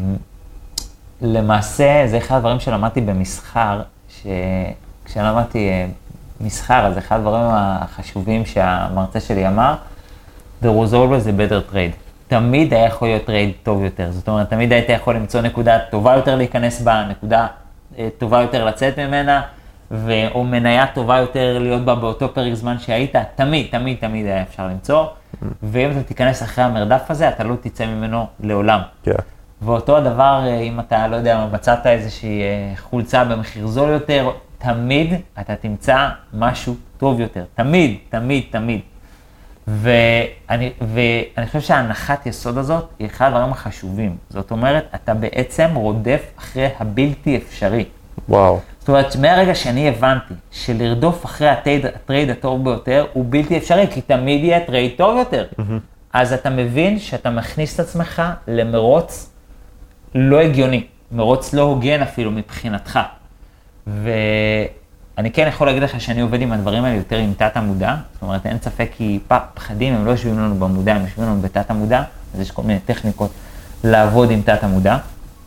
Speaker 2: למעשה זה אחד הדברים שלמדתי במסחר, שכשלמדתי uh, מסחר, אז אחד הדברים החשובים שהמרצה שלי אמר, there was always a better trade. תמיד היה יכול להיות טרייד טוב יותר, זאת אומרת, תמיד היית יכול למצוא נקודה טובה יותר להיכנס בה, נקודה uh, טובה יותר לצאת ממנה, ו- או מניה טובה יותר להיות בה באותו פרק זמן שהיית, תמיד, תמיד, תמיד היה אפשר למצוא, ואם אתה תיכנס אחרי המרדף הזה, אתה לא תצא ממנו לעולם.
Speaker 3: כן.
Speaker 2: ואותו הדבר, אם אתה, לא יודע, מצאת איזושהי חולצה במחיר זול יותר, תמיד אתה תמצא משהו טוב יותר, תמיד, תמיד, תמיד. ואני, ואני חושב שההנחת יסוד הזאת היא אחד הדברים החשובים. זאת אומרת, אתה בעצם רודף אחרי הבלתי אפשרי.
Speaker 3: וואו.
Speaker 2: זאת אומרת, מהרגע שאני הבנתי שלרדוף אחרי הטרייד, הטרייד הטוב ביותר הוא בלתי אפשרי, כי תמיד יהיה טרייד טוב יותר. Mm-hmm. אז אתה מבין שאתה מכניס את עצמך למרוץ לא הגיוני, מרוץ לא הוגן אפילו מבחינתך. ואני כן יכול להגיד לך שאני עובד עם הדברים האלה יותר עם תת המודע, זאת אומרת, אין ספק כי פחדים הם לא יושבים לנו במודע, הם יושבים לנו בתת המודע, אז יש כל מיני טכניקות לעבוד עם תת המודע.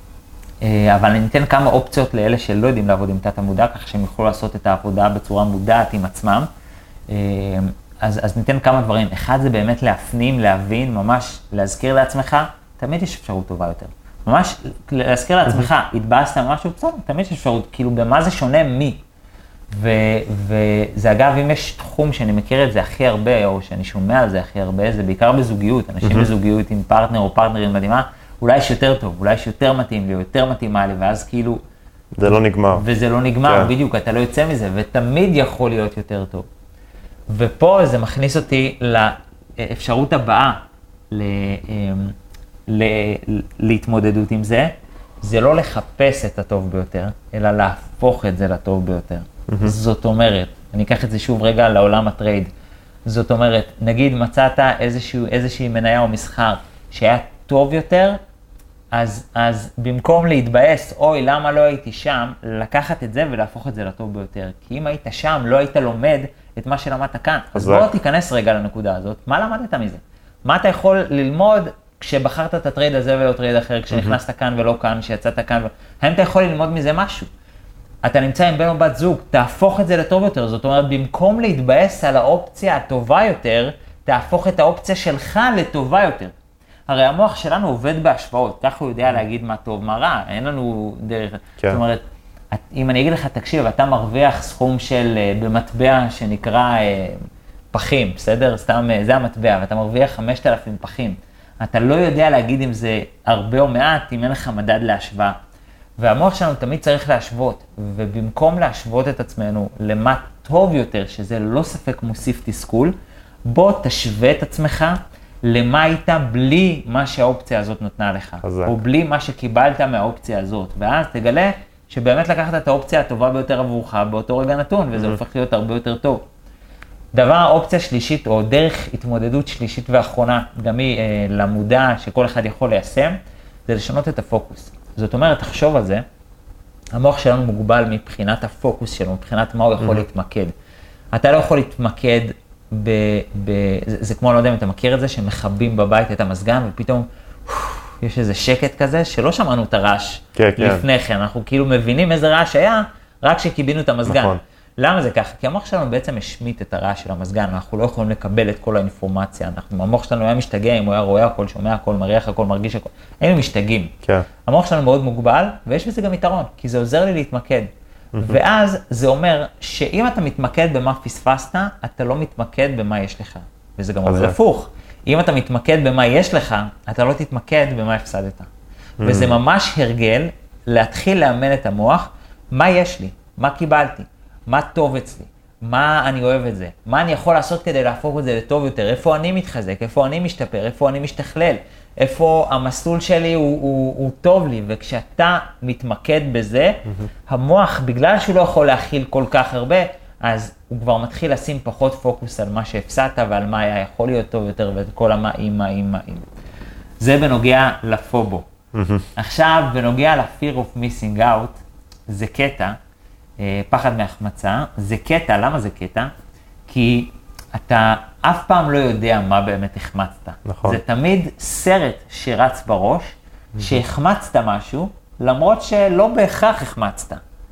Speaker 2: אבל אני אתן כמה אופציות לאלה שלא יודעים לעבוד עם תת המודע, כך שהם יוכלו לעשות את העבודה בצורה מודעת עם עצמם. אז, אז ניתן כמה דברים. אחד זה באמת להפנים, להבין, ממש להזכיר לעצמך, תמיד יש אפשרות טובה יותר. ממש להזכיר לעצמך, התבאסת משהו, בסדר, תמיד יש אפשרות, כאילו במה זה שונה מי. ו, וזה אגב, אם יש תחום שאני מכיר את זה הכי הרבה, או שאני שומע על זה הכי הרבה, זה בעיקר בזוגיות, אנשים בזוגיות עם פרטנר או פרטנרים מדהימה, אולי יש יותר טוב, אולי יש יותר מתאים לי, או יותר מתאימה לי, ואז כאילו...
Speaker 3: זה לא נגמר.
Speaker 2: וזה לא נגמר,
Speaker 3: כן.
Speaker 2: בדיוק, אתה לא יוצא מזה, ותמיד יכול להיות יותר טוב. ופה זה מכניס אותי לאפשרות הבאה, ל, ל, להתמודדות עם זה, זה לא לחפש את הטוב ביותר, אלא להפוך את זה לטוב ביותר. Mm-hmm. זאת אומרת, אני אקח את זה שוב רגע לעולם הטרייד, זאת אומרת, נגיד מצאת איזשהו, איזושהי מניה או מסחר שהיה טוב יותר, אז, אז במקום להתבאס, אוי, למה לא הייתי שם, לקחת את זה ולהפוך את זה לטוב ביותר. כי אם היית שם, לא היית לומד את מה שלמדת כאן. אז בוא תיכנס רגע לנקודה הזאת. מה למדת מזה? מה אתה יכול ללמוד כשבחרת את הטרייד הזה ולא טרייד אחר, כשנכנסת כאן ולא כאן, כשיצאת כאן? האם אתה יכול ללמוד מזה משהו? אתה נמצא עם בן או בת זוג, תהפוך את זה לטוב יותר. זאת אומרת, במקום להתבאס על האופציה הטובה יותר, תהפוך את האופציה שלך לטובה יותר. הרי המוח שלנו עובד בהשוואות, כך הוא יודע להגיד מה טוב, מה רע, אין לנו דרך.
Speaker 3: כן.
Speaker 2: זאת אומרת, אם אני אגיד לך, תקשיב, אתה מרוויח סכום של, במטבע שנקרא פחים, בסדר? סתם, זה המטבע, ואתה מרוויח חמשת אלפים פחים. אתה לא יודע להגיד אם זה הרבה או מעט, אם אין לך מדד להשוואה. והמוח שלנו תמיד צריך להשוות, ובמקום להשוות את עצמנו למה טוב יותר, שזה לא ספק מוסיף תסכול, בוא תשווה את עצמך, למה היית בלי מה שהאופציה הזאת נותנה לך,
Speaker 3: חזק. או
Speaker 2: בלי מה שקיבלת מהאופציה הזאת, ואז תגלה שבאמת לקחת את האופציה הטובה ביותר עבורך באותו רגע נתון, וזה הופך להיות הרבה יותר טוב. דבר, אופציה שלישית, או דרך התמודדות שלישית ואחרונה, גם היא אה, למודע שכל אחד יכול ליישם, זה לשנות את הפוקוס. זאת אומרת, תחשוב על זה, המוח שלנו מוגבל מבחינת הפוקוס שלנו, מבחינת מה הוא יכול להתמקד. אתה לא יכול להתמקד ב... ב זה, זה כמו, לא יודע אם אתה מכיר את זה, שמחבים בבית את המזגן, ופתאום יש איזה שקט כזה, שלא שמענו את הרעש
Speaker 3: כן,
Speaker 2: לפני
Speaker 3: כן.
Speaker 2: כן. אנחנו כאילו מבינים איזה רעש היה, רק שקיבינו את המזגן.
Speaker 3: נכון.
Speaker 2: למה זה ככה? כי המוח שלנו בעצם השמיט את הרעש של המזגן, אנחנו לא יכולים לקבל את כל האינפורמציה. אנחנו, המוח שלנו היה משתגע, אם הוא היה רואה הכל, שומע הכל, מריח הכל, מרגיש הכל. היינו משתגעים.
Speaker 3: כן.
Speaker 2: המוח שלנו מאוד מוגבל, ויש בזה גם יתרון, כי זה עוזר לי להתמקד. ואז זה אומר שאם אתה מתמקד במה פספסת, אתה לא מתמקד במה יש לך. וזה גם עובד הפוך. אם אתה מתמקד במה יש לך, אתה לא תתמקד במה הפסדת. וזה ממש הרגל להתחיל לאמן את המוח, מה יש לי, מה קיבלתי, מה טוב אצלי, מה אני אוהב את זה, מה אני יכול לעשות כדי להפוך את זה לטוב יותר, איפה אני מתחזק, איפה אני משתפר, איפה אני משתכלל, איפה המסלול שלי הוא, הוא, הוא טוב לי, וכשאתה מתמקד בזה, המוח, בגלל שהוא לא יכול להכיל כל כך הרבה, אז הוא כבר מתחיל לשים פחות פוקוס על מה שהפסדת ועל מה היה יכול להיות טוב יותר, ואת כל המה, אם, מה, אם, מה, אם. זה בנוגע לפובו. עכשיו, בנוגע ל-fear of missing out, זה קטע, פחד מהחמצה, זה קטע, למה זה קטע? כי אתה אף פעם לא יודע מה באמת החמצת.
Speaker 3: נכון.
Speaker 2: זה תמיד סרט שרץ בראש, שהחמצת משהו, למרות שלא בהכרח החמצת.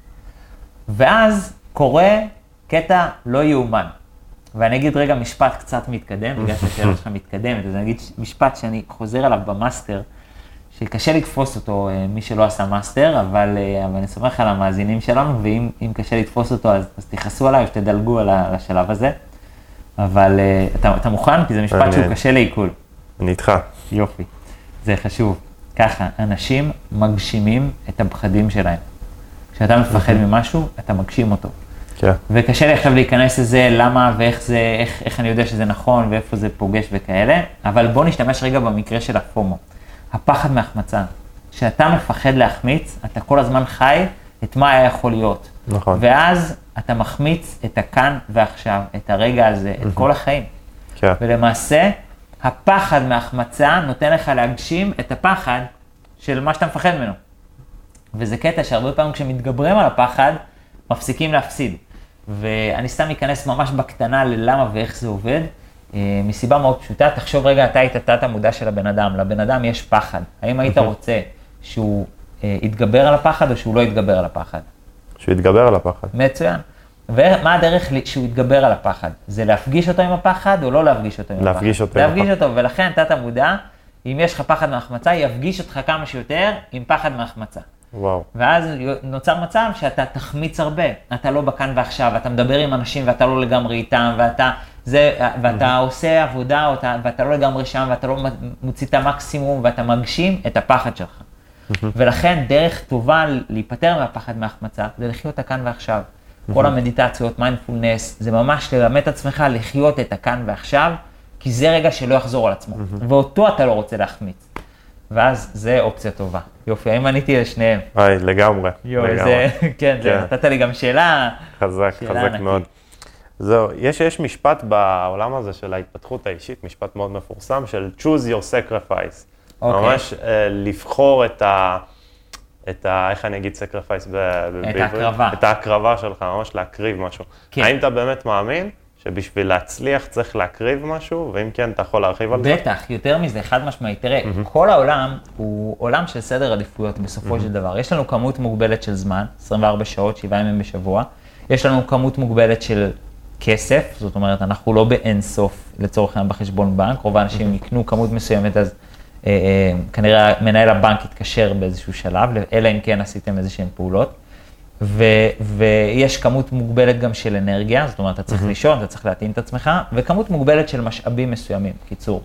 Speaker 2: ואז קורה קטע לא יאומן. ואני אגיד רגע משפט קצת מתקדם, בגלל שהשאלה שלך מתקדמת, אז אני אגיד משפט שאני חוזר עליו במאסטר, שקשה לתפוס אותו, מי שלא עשה מאסטר, אבל, אבל אני סומך על המאזינים שלנו, ואם אם קשה לתפוס אותו, אז, אז תיחסו עליי, שתדלגו על השלב הזה. אבל אתה, אתה מוכן? כי זה משפט
Speaker 3: אני,
Speaker 2: שהוא קשה לעיכול.
Speaker 3: אני איתך.
Speaker 2: יופי, זה חשוב. ככה, אנשים מגשימים את הפחדים שלהם. כשאתה מפחד ממשהו, אתה מגשים אותו.
Speaker 3: כן.
Speaker 2: וקשה לי עכשיו להיכנס לזה, למה ואיך זה, איך, איך אני יודע שזה נכון, ואיפה זה פוגש וכאלה, אבל בוא נשתמש רגע במקרה של הפומו. הפחד מהחמצה. כשאתה מפחד להחמיץ, אתה כל הזמן חי את מה היה יכול להיות.
Speaker 3: נכון.
Speaker 2: ואז אתה מחמיץ את הכאן ועכשיו, את הרגע הזה, את כל החיים.
Speaker 3: כן.
Speaker 2: ולמעשה, הפחד מהחמצה נותן לך להגשים את הפחד של מה שאתה מפחד ממנו. וזה קטע שהרבה פעמים כשמתגברים על הפחד, מפסיקים להפסיד. ואני סתם אכנס ממש בקטנה ללמה ואיך זה עובד. מסיבה מאוד פשוטה, תחשוב רגע, אתה היית תת המודע של הבן אדם, לבן אדם יש פחד. האם היית רוצה שהוא יתגבר על הפחד או שהוא לא יתגבר על הפחד?
Speaker 3: שהוא יתגבר על הפחד.
Speaker 2: מצוין. ומה הדרך שהוא יתגבר על הפחד? זה להפגיש אותו עם הפחד או לא להפגיש אותו עם הפחד?
Speaker 3: להפגיש אותו עם הפחד.
Speaker 2: להפגיש אותו, ולכן תת המודע, אם יש לך פחד מהחמצה, יפגיש אותך כמה שיותר עם פחד מהחמצה.
Speaker 3: וואו.
Speaker 2: ואז נוצר מצב שאתה תחמיץ הרבה, אתה לא בכאן ועכשיו, אתה מדבר עם אנשים ואתה לא לגמרי איתם, ואתה, זה, ואתה עושה עבודה ואתה, ואתה לא לגמרי שם, ואתה לא מוציא את המקסימום, ואתה מגשים את הפחד שלך. ולכן דרך טובה להיפטר מהפחד מהחמצה, זה לחיות את הכאן ועכשיו. כל המדיטציות, מיינדפולנס, זה ממש ללמד את עצמך לחיות את הכאן ועכשיו, כי זה רגע שלא יחזור על עצמו, ואותו אתה לא רוצה להחמיץ. ואז זה אופציה טובה. יופי, האם עניתי לשניהם?
Speaker 3: היי, לגמרי.
Speaker 2: יופי, זה, כן, זה, נתת לי גם שאלה.
Speaker 3: חזק, חזק מאוד. זהו, יש, יש משפט בעולם הזה של ההתפתחות האישית, משפט מאוד מפורסם, של choose your sacrifice. ממש לבחור את ה... את ה... איך אני אגיד sacrifice בעברית?
Speaker 2: את ההקרבה.
Speaker 3: את ההקרבה שלך, ממש להקריב משהו. כן. האם אתה באמת מאמין שבשביל להצליח צריך להקריב משהו, ואם כן, אתה יכול להרחיב על זה?
Speaker 2: בטח, יותר מזה, חד משמעית. תראה, כל העולם הוא עולם של סדר עדיפויות בסופו של דבר. יש לנו כמות מוגבלת של זמן, עשרים וארבע שעות, שבעה ימים בשבוע. יש לנו כמות מוגבלת של כסף, זאת אומרת, אנחנו לא באין סוף לצורך העניין בחשבון בנק, רוב האנשים יקנו כמות מסוימת, אז אה, אה, כנראה מנהל הבנק יתקשר באיזשהו שלב, אלא אם כן עשיתם איזשהם פעולות. ו, ויש כמות מוגבלת גם של אנרגיה, זאת אומרת, אתה צריך לישון, אתה צריך להתאים את עצמך, וכמות מוגבלת של משאבים מסוימים, קיצור.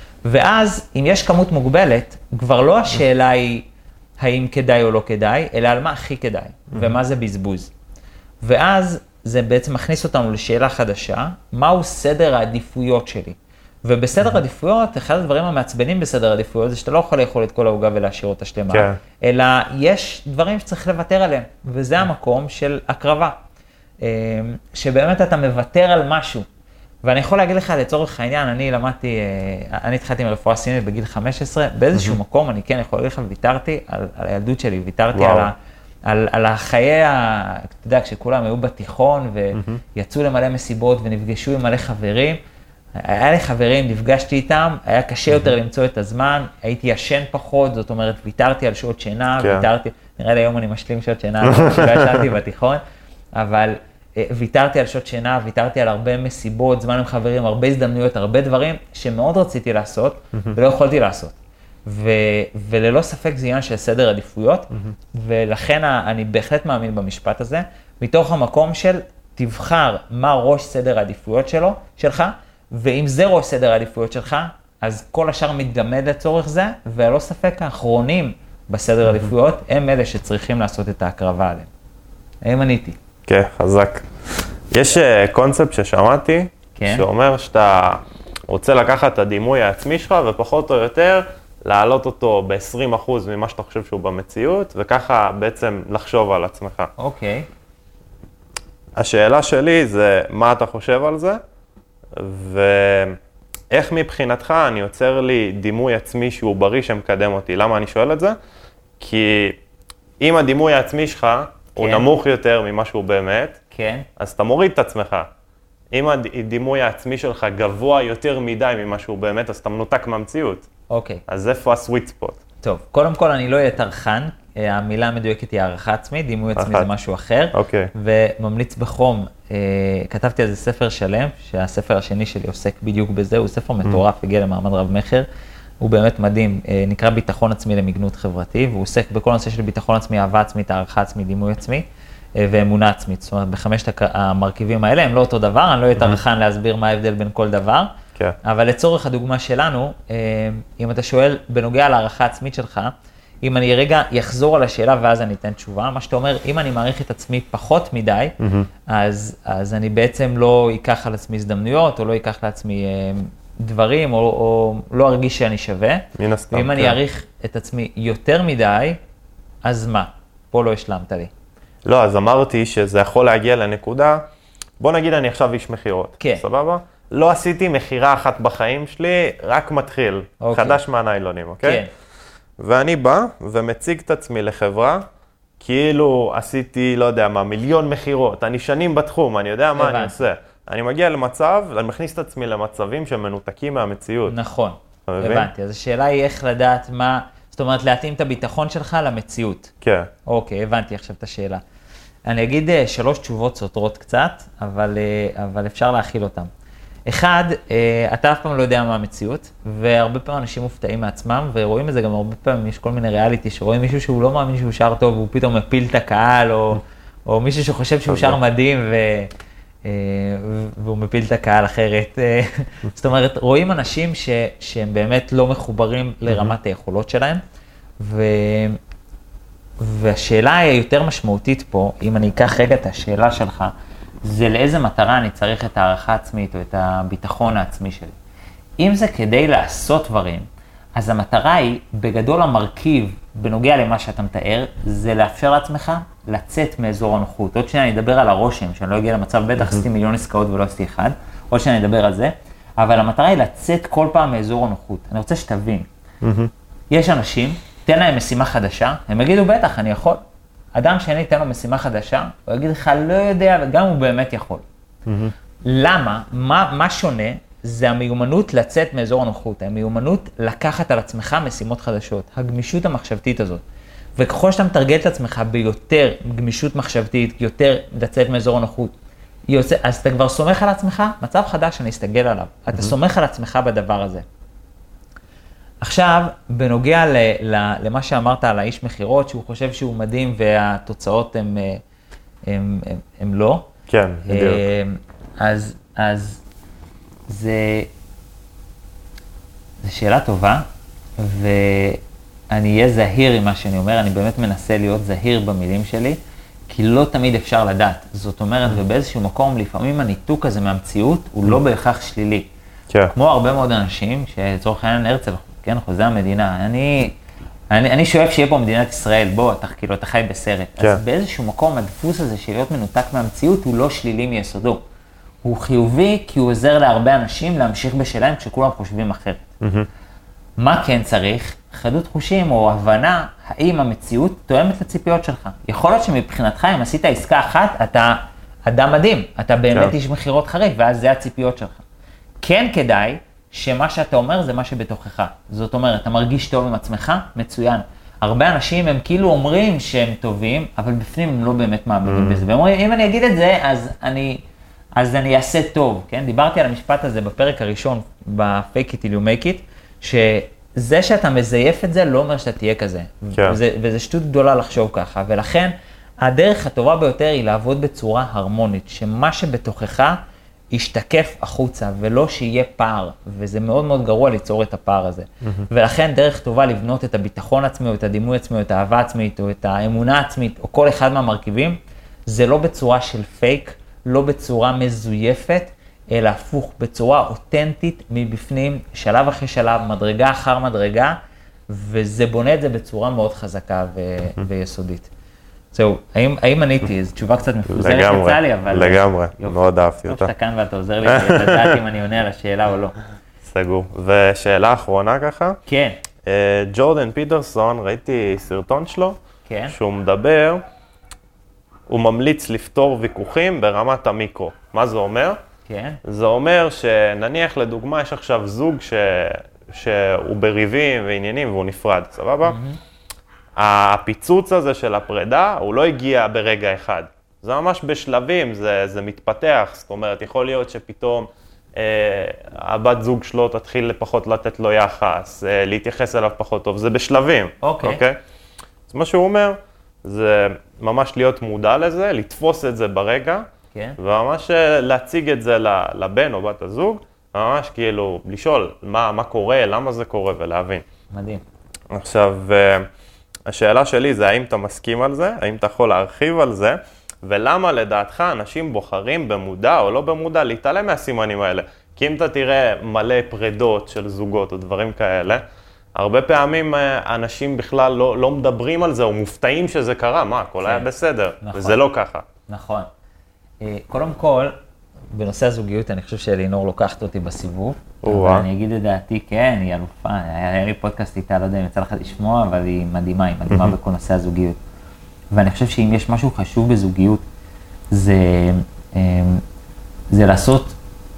Speaker 2: ואז, אם יש כמות מוגבלת, כבר לא השאלה היא האם כדאי או לא כדאי, אלא על מה הכי כדאי, ומה זה בזבוז. ואז זה בעצם מכניס אותנו לשאלה חדשה, מהו סדר העדיפויות שלי. ובסדר עדיפויות, אחד הדברים המעצבנים בסדר עדיפויות, זה שאתה לא יכול לאכול את כל העוגה ולהשאיר אותה שלמה,
Speaker 3: כן.
Speaker 2: אלא יש דברים שצריך לוותר עליהם, וזה המקום של הקרבה. שבאמת אתה מוותר על משהו. ואני יכול להגיד לך, לצורך העניין, אני למדתי, אני התחלתי עם רפואה סינית בגיל חמש עשרה, באיזשהו מקום, אני כן יכול להגיד לך, ויתרתי על, על הילדות שלי, ויתרתי על, ה, על, על החיי, ה, אתה יודע, כשכולם היו בתיכון ויצאו למלא מסיבות ונפגשו עם מלא חברים, היה לי חברים, נפגשתי איתם, היה קשה יותר למצוא את הזמן, הייתי ישן פחות, זאת אומרת, ויתרתי על שעות שינה, כן. ויתרתי, נראה לי היום אני משלים שעות שינה, שלא ישנתי בתיכון, אבל ויתרתי על שעות שינה, ויתרתי על הרבה מסיבות, זמן עם חברים, הרבה הזדמנויות, הרבה דברים שמאוד רציתי לעשות, ולא יכולתי לעשות. ו, וללא ספק זה עניין של סדר עדיפויות, ולכן אני בהחלט מאמין במשפט הזה, מתוך המקום של תבחר מה ראש סדר העדיפויות שלו, שלך, ואם זה ראש סדר העדיפויות שלך, אז כל השאר מתגמד לצורך זה, וללא ספק האחרונים בסדר העדיפויות, הם אלה שצריכים לעשות את ההקרבה עליהם. האם עניתי?
Speaker 3: כן, חזק. יש קונספט ששמעתי, כן. שאומר שאתה רוצה לקחת את הדימוי העצמי שלך, ופחות או יותר להעלות אותו ב-עשרים אחוז ממה שאתה חושב שהוא במציאות, וככה בעצם לחשוב על עצמך.
Speaker 2: אוקיי.
Speaker 3: השאלה שלי זה, מה אתה חושב על זה? ואיך מבחינתך אני יוצר לי דימוי עצמי שהוא בריא שמקדם אותי. למה אני שואל את זה? כי אם הדימוי העצמי שלך כן. הוא נמוך יותר ממה שהוא באמת,
Speaker 2: כן.
Speaker 3: אז אתה מוריד את עצמך. אם הדימוי העצמי שלך גבוה יותר מדי ממה שהוא באמת, אז אתה מנותק מהמציאות.
Speaker 2: אוקיי.
Speaker 3: אז איפה הסוויט ספוט?
Speaker 2: טוב, קודם כל אני לא אהיה טרחן, המילה המדויקת היא הערכה עצמית, דימוי עצמי זה משהו אחר,
Speaker 3: אוקיי.
Speaker 2: וממליץ בחום, כתבתי על זה ספר שלם, שהספר השני שלי עוסק בדיוק בזה, הוא ספר מטורף, הגיע למעמד רב מחר, הוא באמת מדהים, נקרא ביטחון עצמי למגנות חברתי, והוא עוסק בכל נושא של ביטחון עצמי, אהבה עצמית, הערכה עצמית, דימוי עצמי, ואמונה עצמית. זאת אומרת, בחמשת המרכיבים האלה הם לא אותו דבר, אני לא אהיה טרחן להסביר מה ההבדל בין כל דבר,
Speaker 3: כן.
Speaker 2: אבל לצורך הדוגמה שלנו, אם אתה שואל בנוגע להערכה עצמית שלך, אם אני רגע יחזור על השאלה ואז אני אתן תשובה, מה שאתה אומר, אם אני מעריך את עצמי פחות מדי, mm-hmm. אז, אז אני בעצם לא אקח על עצמי הזדמנויות, או לא אקח לעצמי דברים, או, או לא ארגיש שאני שווה.
Speaker 3: מן הסתם,
Speaker 2: ואם
Speaker 3: כן.
Speaker 2: אני אעריך את עצמי יותר מדי, אז מה? פה לא השלמת לי.
Speaker 3: לא, אז אמרתי שזה יכול להגיע לנקודה, בוא נגיד אני עכשיו איש מחירות,
Speaker 2: כן.
Speaker 3: סבבה? לא עשיתי מחירה אחת בחיים שלי, רק מתחיל,
Speaker 2: אוקיי.
Speaker 3: חדש מהניילונים, אוקיי?
Speaker 2: כן.
Speaker 3: ואני בא ומציג את עצמי לחברה, כאילו עשיתי, לא יודע מה, מיליון מחירות, אני שנים בתחום, אני יודע מה
Speaker 2: הבנתי.
Speaker 3: אני עושה. אני מגיע למצב, אני מכניס את עצמי למצבים שמנותקים מהמציאות.
Speaker 2: נכון, הבנתי. אז השאלה היא איך לדעת מה, זאת אומרת להתאים את הביטחון שלך למציאות.
Speaker 3: כן.
Speaker 2: אוקיי, הבנתי עכשיו את השאלה. אני אגיד שלוש תשובות סותרות קצת, אבל, אבל אפשר להכיל אותן. אחד, אתה אף פעם לא יודע מה המציאות, והרבה פעמים אנשים מופתעים מעצמם, ורואים את זה גם הרבה פעמים, יש כל מיני ריאליטי, שרואים מישהו שהוא לא מאמין שהוא שר טוב, והוא פתאום מפיל את הקהל, או, או מישהו שחושב שהוא שר מדהים, ו, והוא מפיל את הקהל אחרת. זאת אומרת, רואים אנשים ש, שהם באמת לא מחוברים לרמת היכולות שלהם, ו, והשאלה היא היותר משמעותית פה, אם אני אקח רגע את השאלה שלך, זה לאיזה מטרה אני צריך את הערכה העצמית או את הביטחון העצמי שלי. אם זה כדי לעשות דברים, אז המטרה היא, בגדול המרכיב, בנוגע למה שאתה מתאר, זה לאפשר לעצמך לצאת מאזור הנוחות. עוד שניה אני אדבר על הרושם, שאני לא אגיע למצב, בטח עשיתי מיליון עסקאות ולא עשיתי אחד, עוד שניה אני אדבר על זה, אבל המטרה היא לצאת כל פעם מאזור הנוחות. אני רוצה שתבין. יש אנשים, תן להם משימה חדשה, הם יגידו, בטח, אני יכול. אדם שאני אתן לו משימה חדשה, הוא יגיד לך, לא יודע, וגם הוא באמת יכול. Mm-hmm. למה? מה, מה שונה? זה המיומנות לצאת מאזור הנוחות, המיומנות לקחת על עצמך משימות חדשות, הגמישות המחשבתית הזאת. וככל שאתה מתרגל את עצמך ביותר גמישות מחשבתית, יותר לצאת מאזור הנוחות, יוצא, אז אתה כבר סומך על עצמך, מצב חדש שאני אסתגל עליו. Mm-hmm. אתה סומך על עצמך בדבר הזה. עכשיו, בנוגע ל, ל, למה שאמרת על האיש מחירות, שהוא חושב שהוא מדהים והתוצאות הן הם, הם, הם לא.
Speaker 3: כן, בדיוק.
Speaker 2: אז, אז זה, זה שאלה טובה, ואני אהיה זהיר עם מה שאני אומר, אני באמת מנסה להיות זהיר במילים שלי, כי לא תמיד אפשר לדעת. זאת אומרת, ובאיזשהו מקום, לפעמים הניתוק הזה מהמציאות הוא לא בהכרח שלילי.
Speaker 3: כן.
Speaker 2: כמו הרבה מאוד אנשים, שצורך העניין הרצל, כן, חוזה המדינה, אני, אני, אני שואף שיהיה פה מדינת ישראל, בוא, אתה, כאילו, אתה חי בסרט. כן. אז באיזשהו מקום, הדפוס הזה של להיות מנותק מהמציאות, הוא לא שלילי מיסודו. הוא חיובי, כי הוא עוזר להרבה אנשים להמשיך בשלהם כשכולם חושבים אחרת. Mm-hmm. מה כן צריך? חדות חושים או הבנה, האם המציאות תואמת לציפיות שלך. יכול להיות שמבחינתך, אם עשית עסקה אחת, אתה אדם מדהים, אתה באמת איש מחירות חריף, ואז זה הציפיות שלך. כן כדאי שמה שאתה אומר זה מה שבתוכך. זאת אומרת, אתה מרגיש טוב עם עצמך, מצוין. הרבה אנשים הם כאילו אומרים שהם טובים, אבל בפנים הם לא באמת מאמינים בזה. והם אומרים, אם אני אגיד את זה, אז אני, אז אני אעשה טוב, כן? דיברתי על המשפט הזה בפרק הראשון, ב-Fake it till you make it, שזה שאתה מזייף את זה לא אומר שאתה תהיה כזה.
Speaker 3: כן.
Speaker 2: וזה, וזה שטות גדולה לחשוב ככה, ולכן הדרך הטובה ביותר היא לעבוד בצורה הרמונית, שמה שבתוכך ישתקף החוצה, ולא שיהיה פער, וזה מאוד מאוד גרוע ליצור את הפער הזה. Mm-hmm. ולכן דרך טובה לבנות את הביטחון עצמי, או את הדימוי עצמי, או את האהבה עצמית, או את האמונה עצמית, או כל אחד מהמרכיבים, זה לא בצורה של פייק, לא בצורה מזויפת, אלא הפוך, בצורה אותנטית מבפנים, שלב אחרי שלב, מדרגה אחר מדרגה, וזה בונה את זה בצורה מאוד חזקה ו- mm-hmm. ויסודית. זהו, האם, האם עניתי? זו תשובה קצת מפוזרת יצא לי, אבל...
Speaker 3: לגמרי, מאוד אהבתי אותה.
Speaker 2: טוב שאתה כאן ואתה עוזר לי לדעת אם אני עונה על השאלה או לא.
Speaker 3: סגור. ושאלה אחרונה ככה?
Speaker 2: כן.
Speaker 3: ג'ורדן פיטרסון, ראיתי סרטון שלו,
Speaker 2: כן.
Speaker 3: שהוא מדבר, הוא ממליץ לפתור ויכוחים ברמת המיקרו. מה זה אומר?
Speaker 2: כן.
Speaker 3: זה אומר שנניח לדוגמה, יש עכשיו זוג ש... שהוא בריבים ועניינים והוא נפרד, סבבה? Mm-hmm. הפיצוץ הזה של הפרידה, הוא לא הגיע ברגע אחד. זה ממש בשלבים, זה, זה מתפתח. זאת אומרת, יכול להיות שפתאום אה, הבת זוג שלו תתחיל לפחות לתת לו יחס, אה, להתייחס אליו פחות טוב. זה בשלבים.
Speaker 2: אוקיי.
Speaker 3: אוקיי? אז מה שהוא אומר, זה ממש להיות מודע לזה, לתפוס את זה ברגע,
Speaker 2: כן.
Speaker 3: וממש להציג את זה לבן או בת הזוג, ממש כאילו לשאול מה, מה קורה, למה זה קורה ולהבין.
Speaker 2: מדהים.
Speaker 3: עכשיו, השאלה שלי זה האם אתה מסכים על זה, האם אתה יכול להרחיב על זה, ולמה לדעתך אנשים בוחרים במודע או לא במודע להתעלם מהסימנים האלה. כי אם אתה תראה מלא פרדות של זוגות או דברים כאלה, הרבה פעמים אנשים בכלל לא, לא מדברים על זה או מופתעים שזה קרה, מה, הכל כן. היה בסדר, נכון. וזה לא ככה.
Speaker 2: נכון. קודם כל, בנושא הזוגיות אני חושב שאלינור לוקחת אותי בסיבוב, אבל אני אגיד את דעתי, כן, היא אלופה, היה לי פודקאסט איתה, לא יודע אם יצא לך לשמוע, אבל היא מדהימה, היא מדהימה בכל נושא הזוגיות. ואני חושב שאם יש משהו חשוב בזוגיות, זה, זה לעשות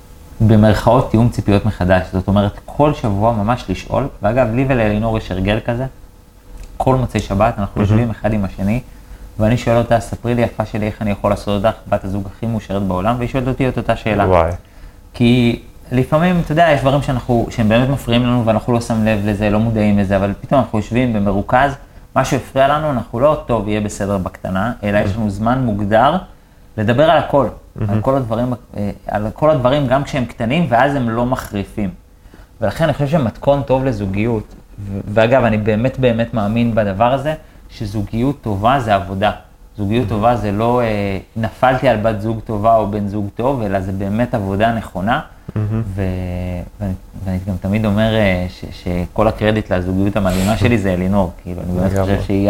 Speaker 2: במרכאות תיאום ציפיות מחדש. זאת אומרת, כל שבוע ממש לשאול, ואגב, לי ולאלינור יש הרגל כזה, כל מוצאי שבת אנחנו יושבים אחד עם השני, ואני שואל אותה, ספרי לי יפה שלי, איך אני יכול לעשות אותך, בת הזוג הכי מאושרת בעולם, והיא שואלת אותי את אותה שאלה.
Speaker 3: וואי.
Speaker 2: כי לפעמים, אתה יודע, יש דברים שאנחנו, שהם באמת מפריעים לנו, ואנחנו לא שם לב לזה, לא מודעים לזה, אבל פתאום אנחנו יושבים במרוכז, משהו הפריע לנו, אנחנו לא טוב, יהיה בסדר בקטנה, אלא יש לנו זמן מוגדר לדבר על הכל, על כל הדברים, על כל הדברים, גם כשהם קטנים, ואז הם לא מחריפים. ולכן אני חושב שמתכון טוב לזוגיות, ואגב, אני באמת באמת מאמין בדבר הזה, שזוגיות טובה זה עבודה. זוגיות טובה זה לא אה, נפלתי על בת זוג טובה או בן זוג טוב, אלא זה באמת עבודה נכונה. ו- ואני, ואני גם תמיד אומר אה, ש- שכל הקרדיט לזוגיות המדהימה שלי זה אלינור. כאילו, אני באמת חושב שהיא...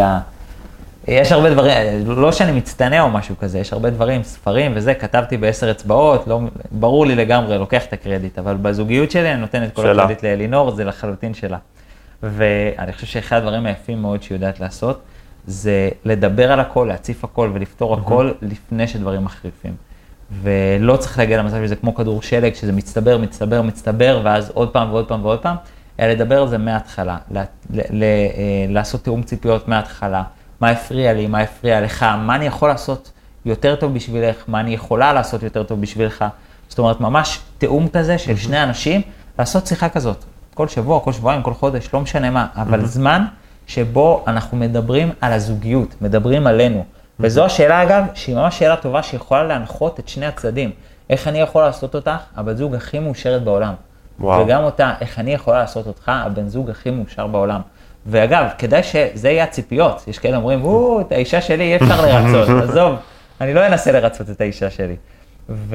Speaker 2: יש הרבה דברים, לא שאני מצטנע או משהו כזה, יש הרבה דברים, ספרים וזה, כתבתי בעשר אצבעות, לא, ברור לי לגמרי, לוקח את הקרדיט, אבל בזוגיות שלי אני נותן את כל שלה. הקרדיט לאלינור, זה לחלוטין שלה. ואני חושב שאחד הדברים היפים מאוד שהיא יודעת לעשות, זה לדבר על הכל, להציף הכל ולפתור mm-hmm. הכל לפני שדברים מחריפים. ולא צריך להגיע למצב שזה כמו כדור שלג, שזה מצטבר, מצטבר, מצטבר, ואז עוד פעם ועוד פעם ועוד פעם, אלא לדבר על זה מההתחלה, ל- ל- ל- לעשות תיאום ציפיות מההתחלה, מה הפריע לי, מה הפריע לך, מה אני יכול לעשות יותר טוב בשבילך, מה אני יכולה לעשות יותר טוב בשבילך. זאת אומרת, ממש תיאום כזה של שני אנשים, לעשות שיחה כזאת. כל שבוע, כל שבועיים, כל חודש, לא משנה מה, אבל זמן שבו אנחנו מדברים על הזוגיות, מדברים עלינו. וזו השאלה אגב, שהיא ממש שאלה טובה שיכולה להנחות את שני הצדדים. איך אני יכול לעשות אותך, הבת זוג הכי מאושרת בעולם. וואו. וגם אותה, איך אני יכולה לעשות אותך, הבן זוג הכי מאושר בעולם. ואגב, כדאי שזה יהיה הציפיות. יש כאלה אומרים, או, את האישה שלי אי אפשר לרצות, עזוב, אני לא אנסה לרצות את האישה שלי. ו...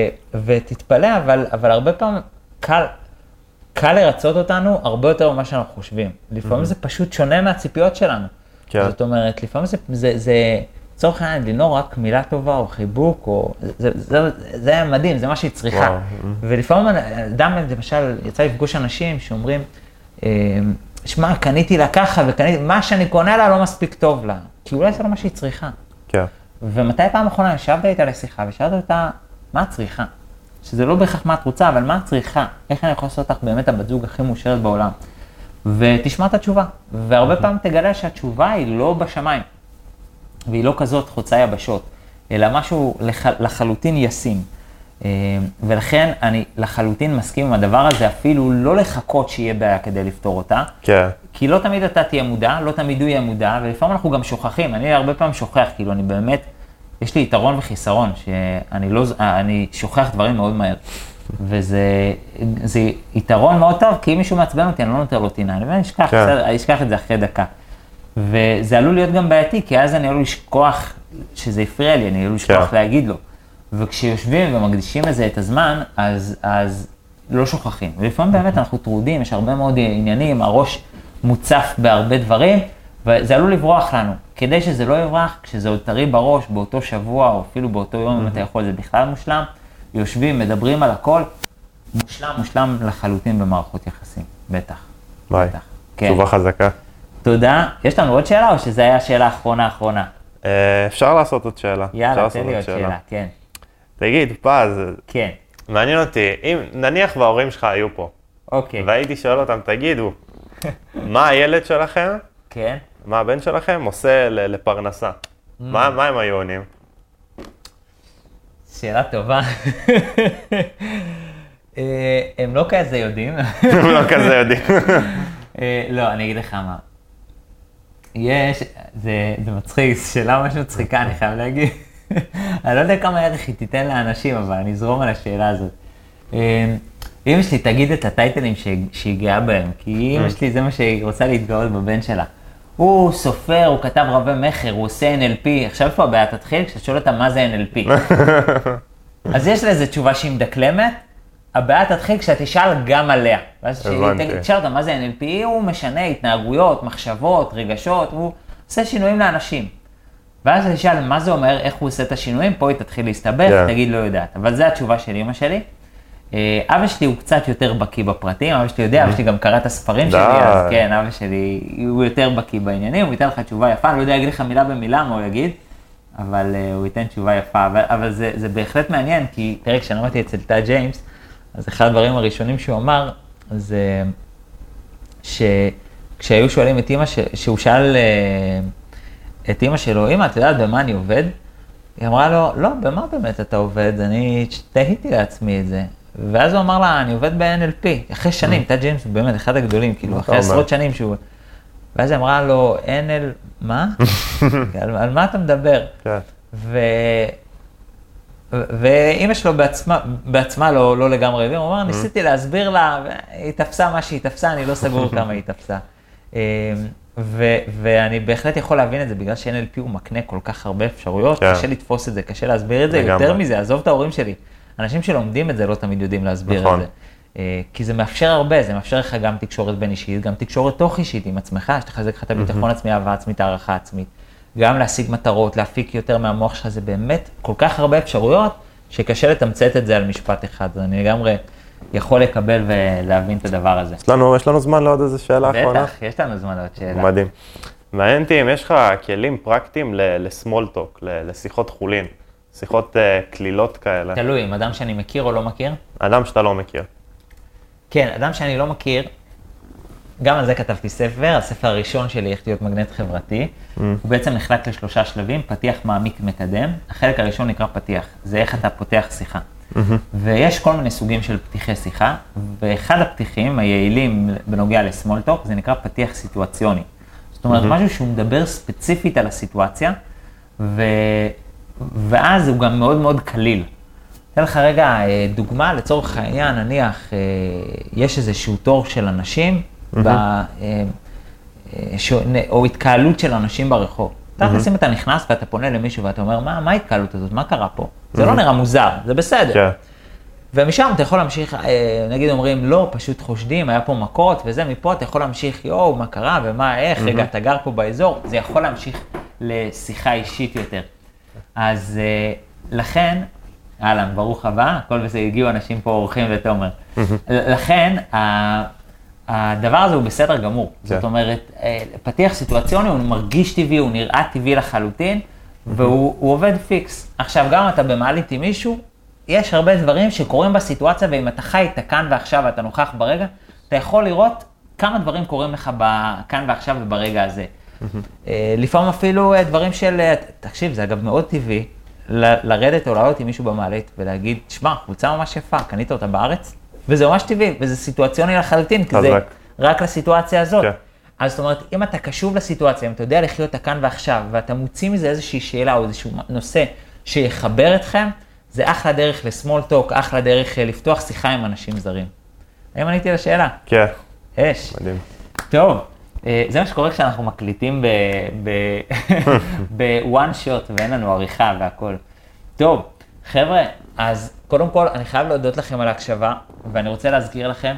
Speaker 2: ותתפלא, אבל, אבל הרבה פעמים קל, קל לרצות אותנו הרבה יותר ממה שאנחנו חושבים. לפעמים זה פשוט שונה מהציפיות שלנו. כן. זאת אומרת, לפעמים זה, זה, זה צורך העניין, לינור רק מילה טובה או חיבוק, או, זה, זה, זה היה מדהים, זה מה שהיא צריכה. וואו. ולפעמים אדם, למשל, יצא לפגוש אנשים שאומרים, שמע, קניתי לה ככה וקניתי, מה שאני קונה לה לא מספיק טוב לה, כי אולי זה לא מה שהיא צריכה.
Speaker 3: כן.
Speaker 2: ומתי פעם אחרונה ישבת איתה לשיחה ושאלת אותה, מה את צריכה? שזה לא בהכרח מה את רוצה, אבל מה את צריכה? איך אני יכול לעשות אותך באמת הבת זוג הכי מאושרת בעולם? ותשמע את התשובה. והרבה פעמים תגלה שהתשובה היא לא בשמיים, והיא לא כזאת חוצה יבשות, אלא משהו לח... לחלוטין ישים. ולכן אני לחלוטין מסכים עם הדבר הזה, אפילו לא לחכות שיהיה בעיה כדי לפתור אותה. כן. כי לא תמיד אתה תהיה מודע, לא תמיד הוא יהיה מודע, ולפעמים אנחנו גם שוכחים. אני הרבה פעמים שוכח, כאילו אני באמת, יש לי יתרון וחיסרון, שאני לא, אני שוכח דברים מאוד מהר. וזה זה יתרון מאוד טוב, כי אם מישהו מעצבן אותי, אני לא נותר לו טינה, אני אשכח, כן. בסדר, אשכח את זה אחרי דקה. וזה עלול להיות גם בעייתי, כי אז אני עלול לשכוח שזה הפריע לי, אני עלול לשכוח כן. להגיד לו. וכשיושבים ומקדישים לזה את הזמן, אז, אז לא שוכחים. ולפעמים באמת אנחנו טרודים, יש הרבה מאוד עניינים, הראש מוצף בהרבה דברים, וזה עלול לברוח לנו. כדי שזה לא יברח, כשזה עוד טרי בראש, באותו שבוע, או אפילו באותו יום, אם אתה יכול, זה בכלל מושלם, יושבים, מדברים על הכל, מושלם, מושלם לחלוטין במערכות יחסים, בטח.
Speaker 3: ביי, תשובה חזקה.
Speaker 2: תודה. יש לנו עוד שאלה, או שזה היה השאלה האחרונה האחרונה?
Speaker 3: אפשר לעשות עוד שאלה.
Speaker 2: יאללה, תן לי עוד שאלה, כן.
Speaker 3: תגיד, פז,
Speaker 2: כן.
Speaker 3: מעניין אותי, אם נניח וההורים שלך היו פה,
Speaker 2: אוקיי.
Speaker 3: והייתי שואל אותם, תגידו, מה הילד שלכם,
Speaker 2: כן.
Speaker 3: מה הבן שלכם עושה לפרנסה? מה, מה הם היו עונים?
Speaker 2: שאלה טובה. הם לא כזה יודעים.
Speaker 3: הם לא כזה יודעים.
Speaker 2: לא, אני אגיד לך מה. יש, זה, זה מצחיק, שאלה ממש מצחיקה, אני חייב להגיד. אני לא יודע כמה ערך היא תיתן לאנשים, אבל אני אזרום על השאלה הזאת. אמא שלי תגיד את הטייטלים שהיא גאה בהם, כי אמא שלי זה מה שהיא רוצה להתגאות בבן שלה. הוא סופר, הוא כתב רבי מחר, הוא עושה אן אל פי. עכשיו איפה הבעיה תתחיל כשאתה שואל אותה מה זה אן אל פי. אז יש לה איזו תשובה שהיא מדקלמת, הבעיה תתחיל כשאתה תשאל גם עליה. ואז תשאל אותה מה זה אן אל פי, הוא משנה התנהגויות, מחשבות, רגשות, הוא עושה שינויים לאנשים. ואז אני אשאל מה זה אומר, איך הוא עושה את השינויים, פה היא תתחיל להסתבך, yeah. תגיד לא יודעת. אבל זו התשובה של אמא שלי. אבא שלי הוא קצת יותר בקיא בפרטים, אבא שלי יודע, אבא שלי גם קרא את הספרים שלי, אז כן, אבא שלי הוא יותר בקיא בעניינים, הוא ייתן לך תשובה יפה, אני לא יודע להגיד לך מילה במילה מה הוא יגיד, אבל הוא ייתן תשובה יפה, אבל, אבל זה, זה בהחלט מעניין, כי תראה, כשנמדתי אצל טה ג'יימס, אז אחד הדברים הראשונים שהוא אמר, זה שכשהיו שואלים את אמא, שהוא שאל את אמא שלו, אמא, את יודעת במה אני עובד? היא אמרה לו, לא, במה באמת אתה עובד? אני תהיתי לעצמי את זה. ואז הוא אמר לה, אני עובד ב-אן אל פי, אחרי שנים, טה ג'יימס הוא באמת אחד הגדולים, כאילו, אחרי עשרות שנים שהוא... ואז היא אמרה לו, אן אל, מה? על מה אתה מדבר? ואימא שלו בעצמה לא לגמרי הבין, הוא אמר, ניסיתי להסביר לה, היא תפסה מה שהיא תפסה, אני לא סגור כמה היא תפסה. ואני בהחלט יכול להבין את זה, בגלל ש-אן אל פי הוא מקנה כל כך הרבה אפשרויות, קשה לתפוס את זה, קשה להסביר את זה, יותר מזה, עזוב את ההורים שלי. אנשים שלומדים את זה לא תמיד יודעים להסביר את זה. כי זה מאפשר הרבה, זה מאפשר לך גם תקשורת בין אישית, גם תקשורת תוך אישית עם עצמך, שתחזק לך את הביטחון עצמי, אהבה עצמית, הערכה עצמית. גם להשיג מטרות, להפיק יותר מהמוח שלך, זה באמת כל כך הרבה אפשרויות, שקשה לתמצת את זה על משפט אחד. אני לגמרי יכול לקבל ולהבין את הדבר הזה.
Speaker 3: יש לנו, יש לנו זמן לעוד איזו שאלה האחרונה?
Speaker 2: בטח, יש לנו זמן לעוד שאלה.
Speaker 3: מדהים. מעניין אותי אם יש לך כלים פרקטיים לסמולטוק, לשיחות חולין. שיחות uh, כלילות כאלה.
Speaker 2: תלוי, אם אדם שאני מכיר או לא מכיר?
Speaker 3: אדם שאתה לא מכיר.
Speaker 2: כן, אדם שאני לא מכיר, גם על זה כתבתי ספר, הספר הראשון שלי, איך להיות מגנט חברתי, mm. הוא בעצם נחלק לשלושה שלבים, פתיח מעמיק מקדם, החלק הראשון נקרא פתיח, זה איך אתה פותח שיחה. Mm-hmm. ויש כל מיני סוגים של פתיחי שיחה, ואחד הפתיחים היעילים בנוגע לסמולטוק, זה נקרא פתיח סיטואציוני. זאת אומרת, mm-hmm. משהו שהוא מדבר ספציפית על הסיטואציה, ו... ואז הוא גם מאוד מאוד קליל. אתן לך רגע דוגמה, לצורך העניין, נניח, יש איזשהו תור של אנשים, mm-hmm. ב, ש, או התקהלות של אנשים ברחוב. אתה mm-hmm. תשים, אתה נכנס ואתה פונה למישהו ואתה אומר, מה, מה ההתקהלות הזאת? מה קרה פה? Mm-hmm. זה לא נראה מוזר, זה בסדר. Yeah. ומשם אתה יכול להמשיך, נגיד אומרים, לא, פשוט חושדים, היה פה מכות וזה, מפה אתה יכול להמשיך, יואו, מה קרה ומה, איך, mm-hmm. רגע, אתה גר פה באזור, זה יכול להמשיך לשיחה אישית יותר. אז uh, לכן, אהלן, ברוך הבא, הכל בסדר, הגיעו אנשים פה אורחים ותומר. לכן, ה- הדבר הזה הוא בסדר גמור. זאת אומרת, פתיח סיטואציוני, הוא מרגיש טבעי, הוא נראה טבעי לחלוטין, והוא עובד פיקס. עכשיו, גם אתה במעלית עם מישהו, יש הרבה דברים שקורים בסיטואציה, ואם אתה חי את הכאן ועכשיו ואתה נוכח ברגע, אתה יכול לראות כמה דברים קורים לך בכאן ועכשיו וברגע הזה. לפעמים אפילו דברים של, תקשיב, זה אגב מאוד טבעי, לרדת או לעלות עם מישהו במעלית ולהגיד, שמע, קבוצה ממש יפה, קנית אותה בארץ, וזה ממש טבעי, וזה סיטואציוני לחלוטין, כי זה רק לסיטואציה הזאת. אז זאת אומרת, אם אתה קשוב לסיטואציה, אם אתה יודע לחיות את הכאן ועכשיו, ואתה מוציא מזה איזושהי שאלה או איזשהו נושא שיחבר אתכם, זה אחלה דרך לסמול טוק, אחלה דרך לפתוח שיחה עם אנשים זרים. האם עניתי לשאלה?
Speaker 3: כן.
Speaker 2: אש.
Speaker 3: מדהים.
Speaker 2: טוב, זה מה שקורה כשאנחנו מקליטים ב-one shot ואין לנו עריכה והכל. טוב, חבר'ה, אז קודם כל אני חייב להודות לכם על ההקשבה, ואני רוצה להזכיר לכם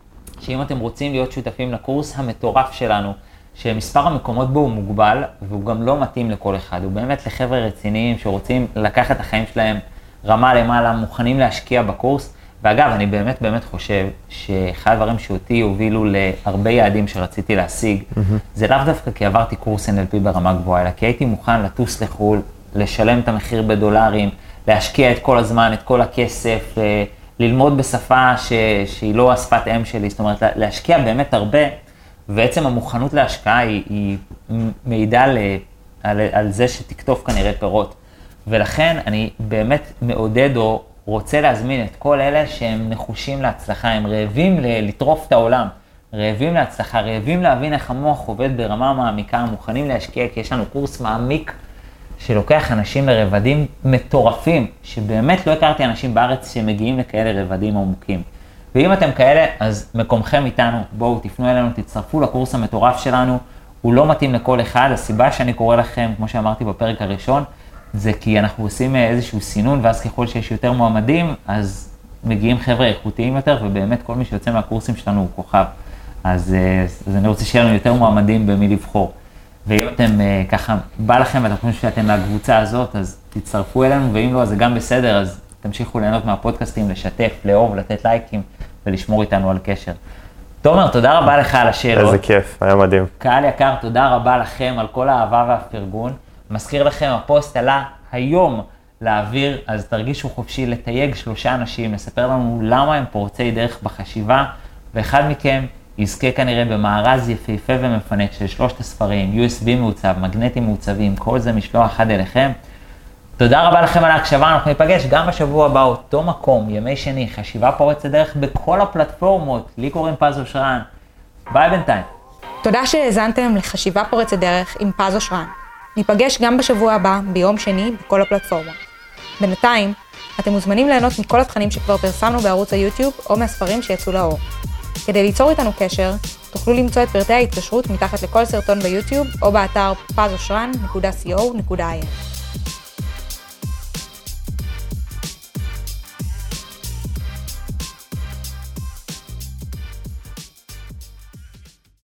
Speaker 2: שאם אתם רוצים להיות שותפים לקורס המטורף שלנו, שמספר המקומות בו הוא מוגבל, והוא גם לא מתאים לכל אחד, הוא באמת לחבר'ה רציניים שרוצים לקחת את החיים שלהם רמה למעלה, מוכנים להשקיע בקורס, ואגב, אני באמת באמת חושב שאחד הדברים שאותי הובילו להרבה יעדים שרציתי להשיג, mm-hmm. זה לאו דווקא כי עברתי קורס אן אל פי ברמה גבוהה, אלא כי הייתי מוכן לטוס לחו"ל, לשלם את המחיר בדולרים, להשקיע את כל הזמן, את כל הכסף, ללמוד בשפה ש... שהיא לא השפת אם שלי, זאת אומרת, להשקיע באמת הרבה, ועצם המוכנות להשקעה היא, היא מעידה ל... על... על זה שתקטוף כנראה פירות. ולכן אני באמת מעודד או רוצה להזמין את כל אלה שהם נחושים להצלחה, הם רעבים ל... לטרוף את העולם, רעבים להצלחה, רעבים להבין איך המוח עובד ברמה מעמיקה, מוכנים להשקיע, כי יש לנו קורס מעמיק, שלוקח אנשים לרבדים מטורפים, שבאמת לא הכרתי אנשים בארץ שמגיעים לכאלה רבדים עמוקים. ואם אתם כאלה, אז מקומכם איתנו, בואו תפנו אלינו, תצטרפו לקורס המטורף שלנו, הוא לא מתאים לכל אחד, הסיבה שאני קורא לכם, כמו שאמרתי בפרק הראשון, זה כי אנחנו עושים איזשהו סינון, ואז ככל שיש יותר מועמדים, אז מגיעים חבר'ה איכותיים יותר, ובאמת כל מי שיוצא מהקורסים שלנו הוא כוכב. אז, אז אני רוצה שיהיה לנו יותר מועמדים במי לבחור. ואם אתם uh, ככה, בא לכם ואתם חושבים שאתם מהקבוצה הזאת, אז תצטרפו אלינו, ואם לא, אז זה גם בסדר, אז תמשיכו ליהנות מהפודקאסטים, לשתף, לאהוב, לתת לייקים, ולשמור איתנו על קשר. תומר, תודה רבה לך על השאלות.
Speaker 3: איזה כיף, היה מדהים.
Speaker 2: קהל יקר, תודה רבה לכם על כל האהבה והפרגון. מזכיר לכם, הפוסט עלה היום לאוויר, אז תרגישו חופשי לתייג שלושה אנשים, לספר לנו למה הם פורצי דרך בחשיבה, ואחד מכם יזכה כנראה במארז יפהפה ומפנק של שלושת הספרים, יו אס בי מעוצב, מגנטים מעוצבים, כל זה משלוח אחד אליכם. תודה רבה לכם על ההקשבה, אנחנו ניפגש גם בשבוע הבא, אותו מקום, ימי שני, חשיבה פורצת דרך בכל הפלטפורמות, לי קוראים פז אושרן. ביי בינתיים.
Speaker 1: תודה שהאזנתם לחשיבה פורצת דרך עם פז אושרן. ניפגש גם בשבוע הבא, ביום שני, בכל הפלטפורמות. בינתיים, אתם מוזמנים ליהנות מכל התכנים שכבר פרסמנו בערוץ היוטיוב או מהספרים שיצאו לאור. כדי ליצור איתנו קשר, תוכלו למצוא את פרטי ההתקשרות מתחת לכל סרטון ביוטיוב או באתר פז אושרן נקודה סי או נקודה איי אן.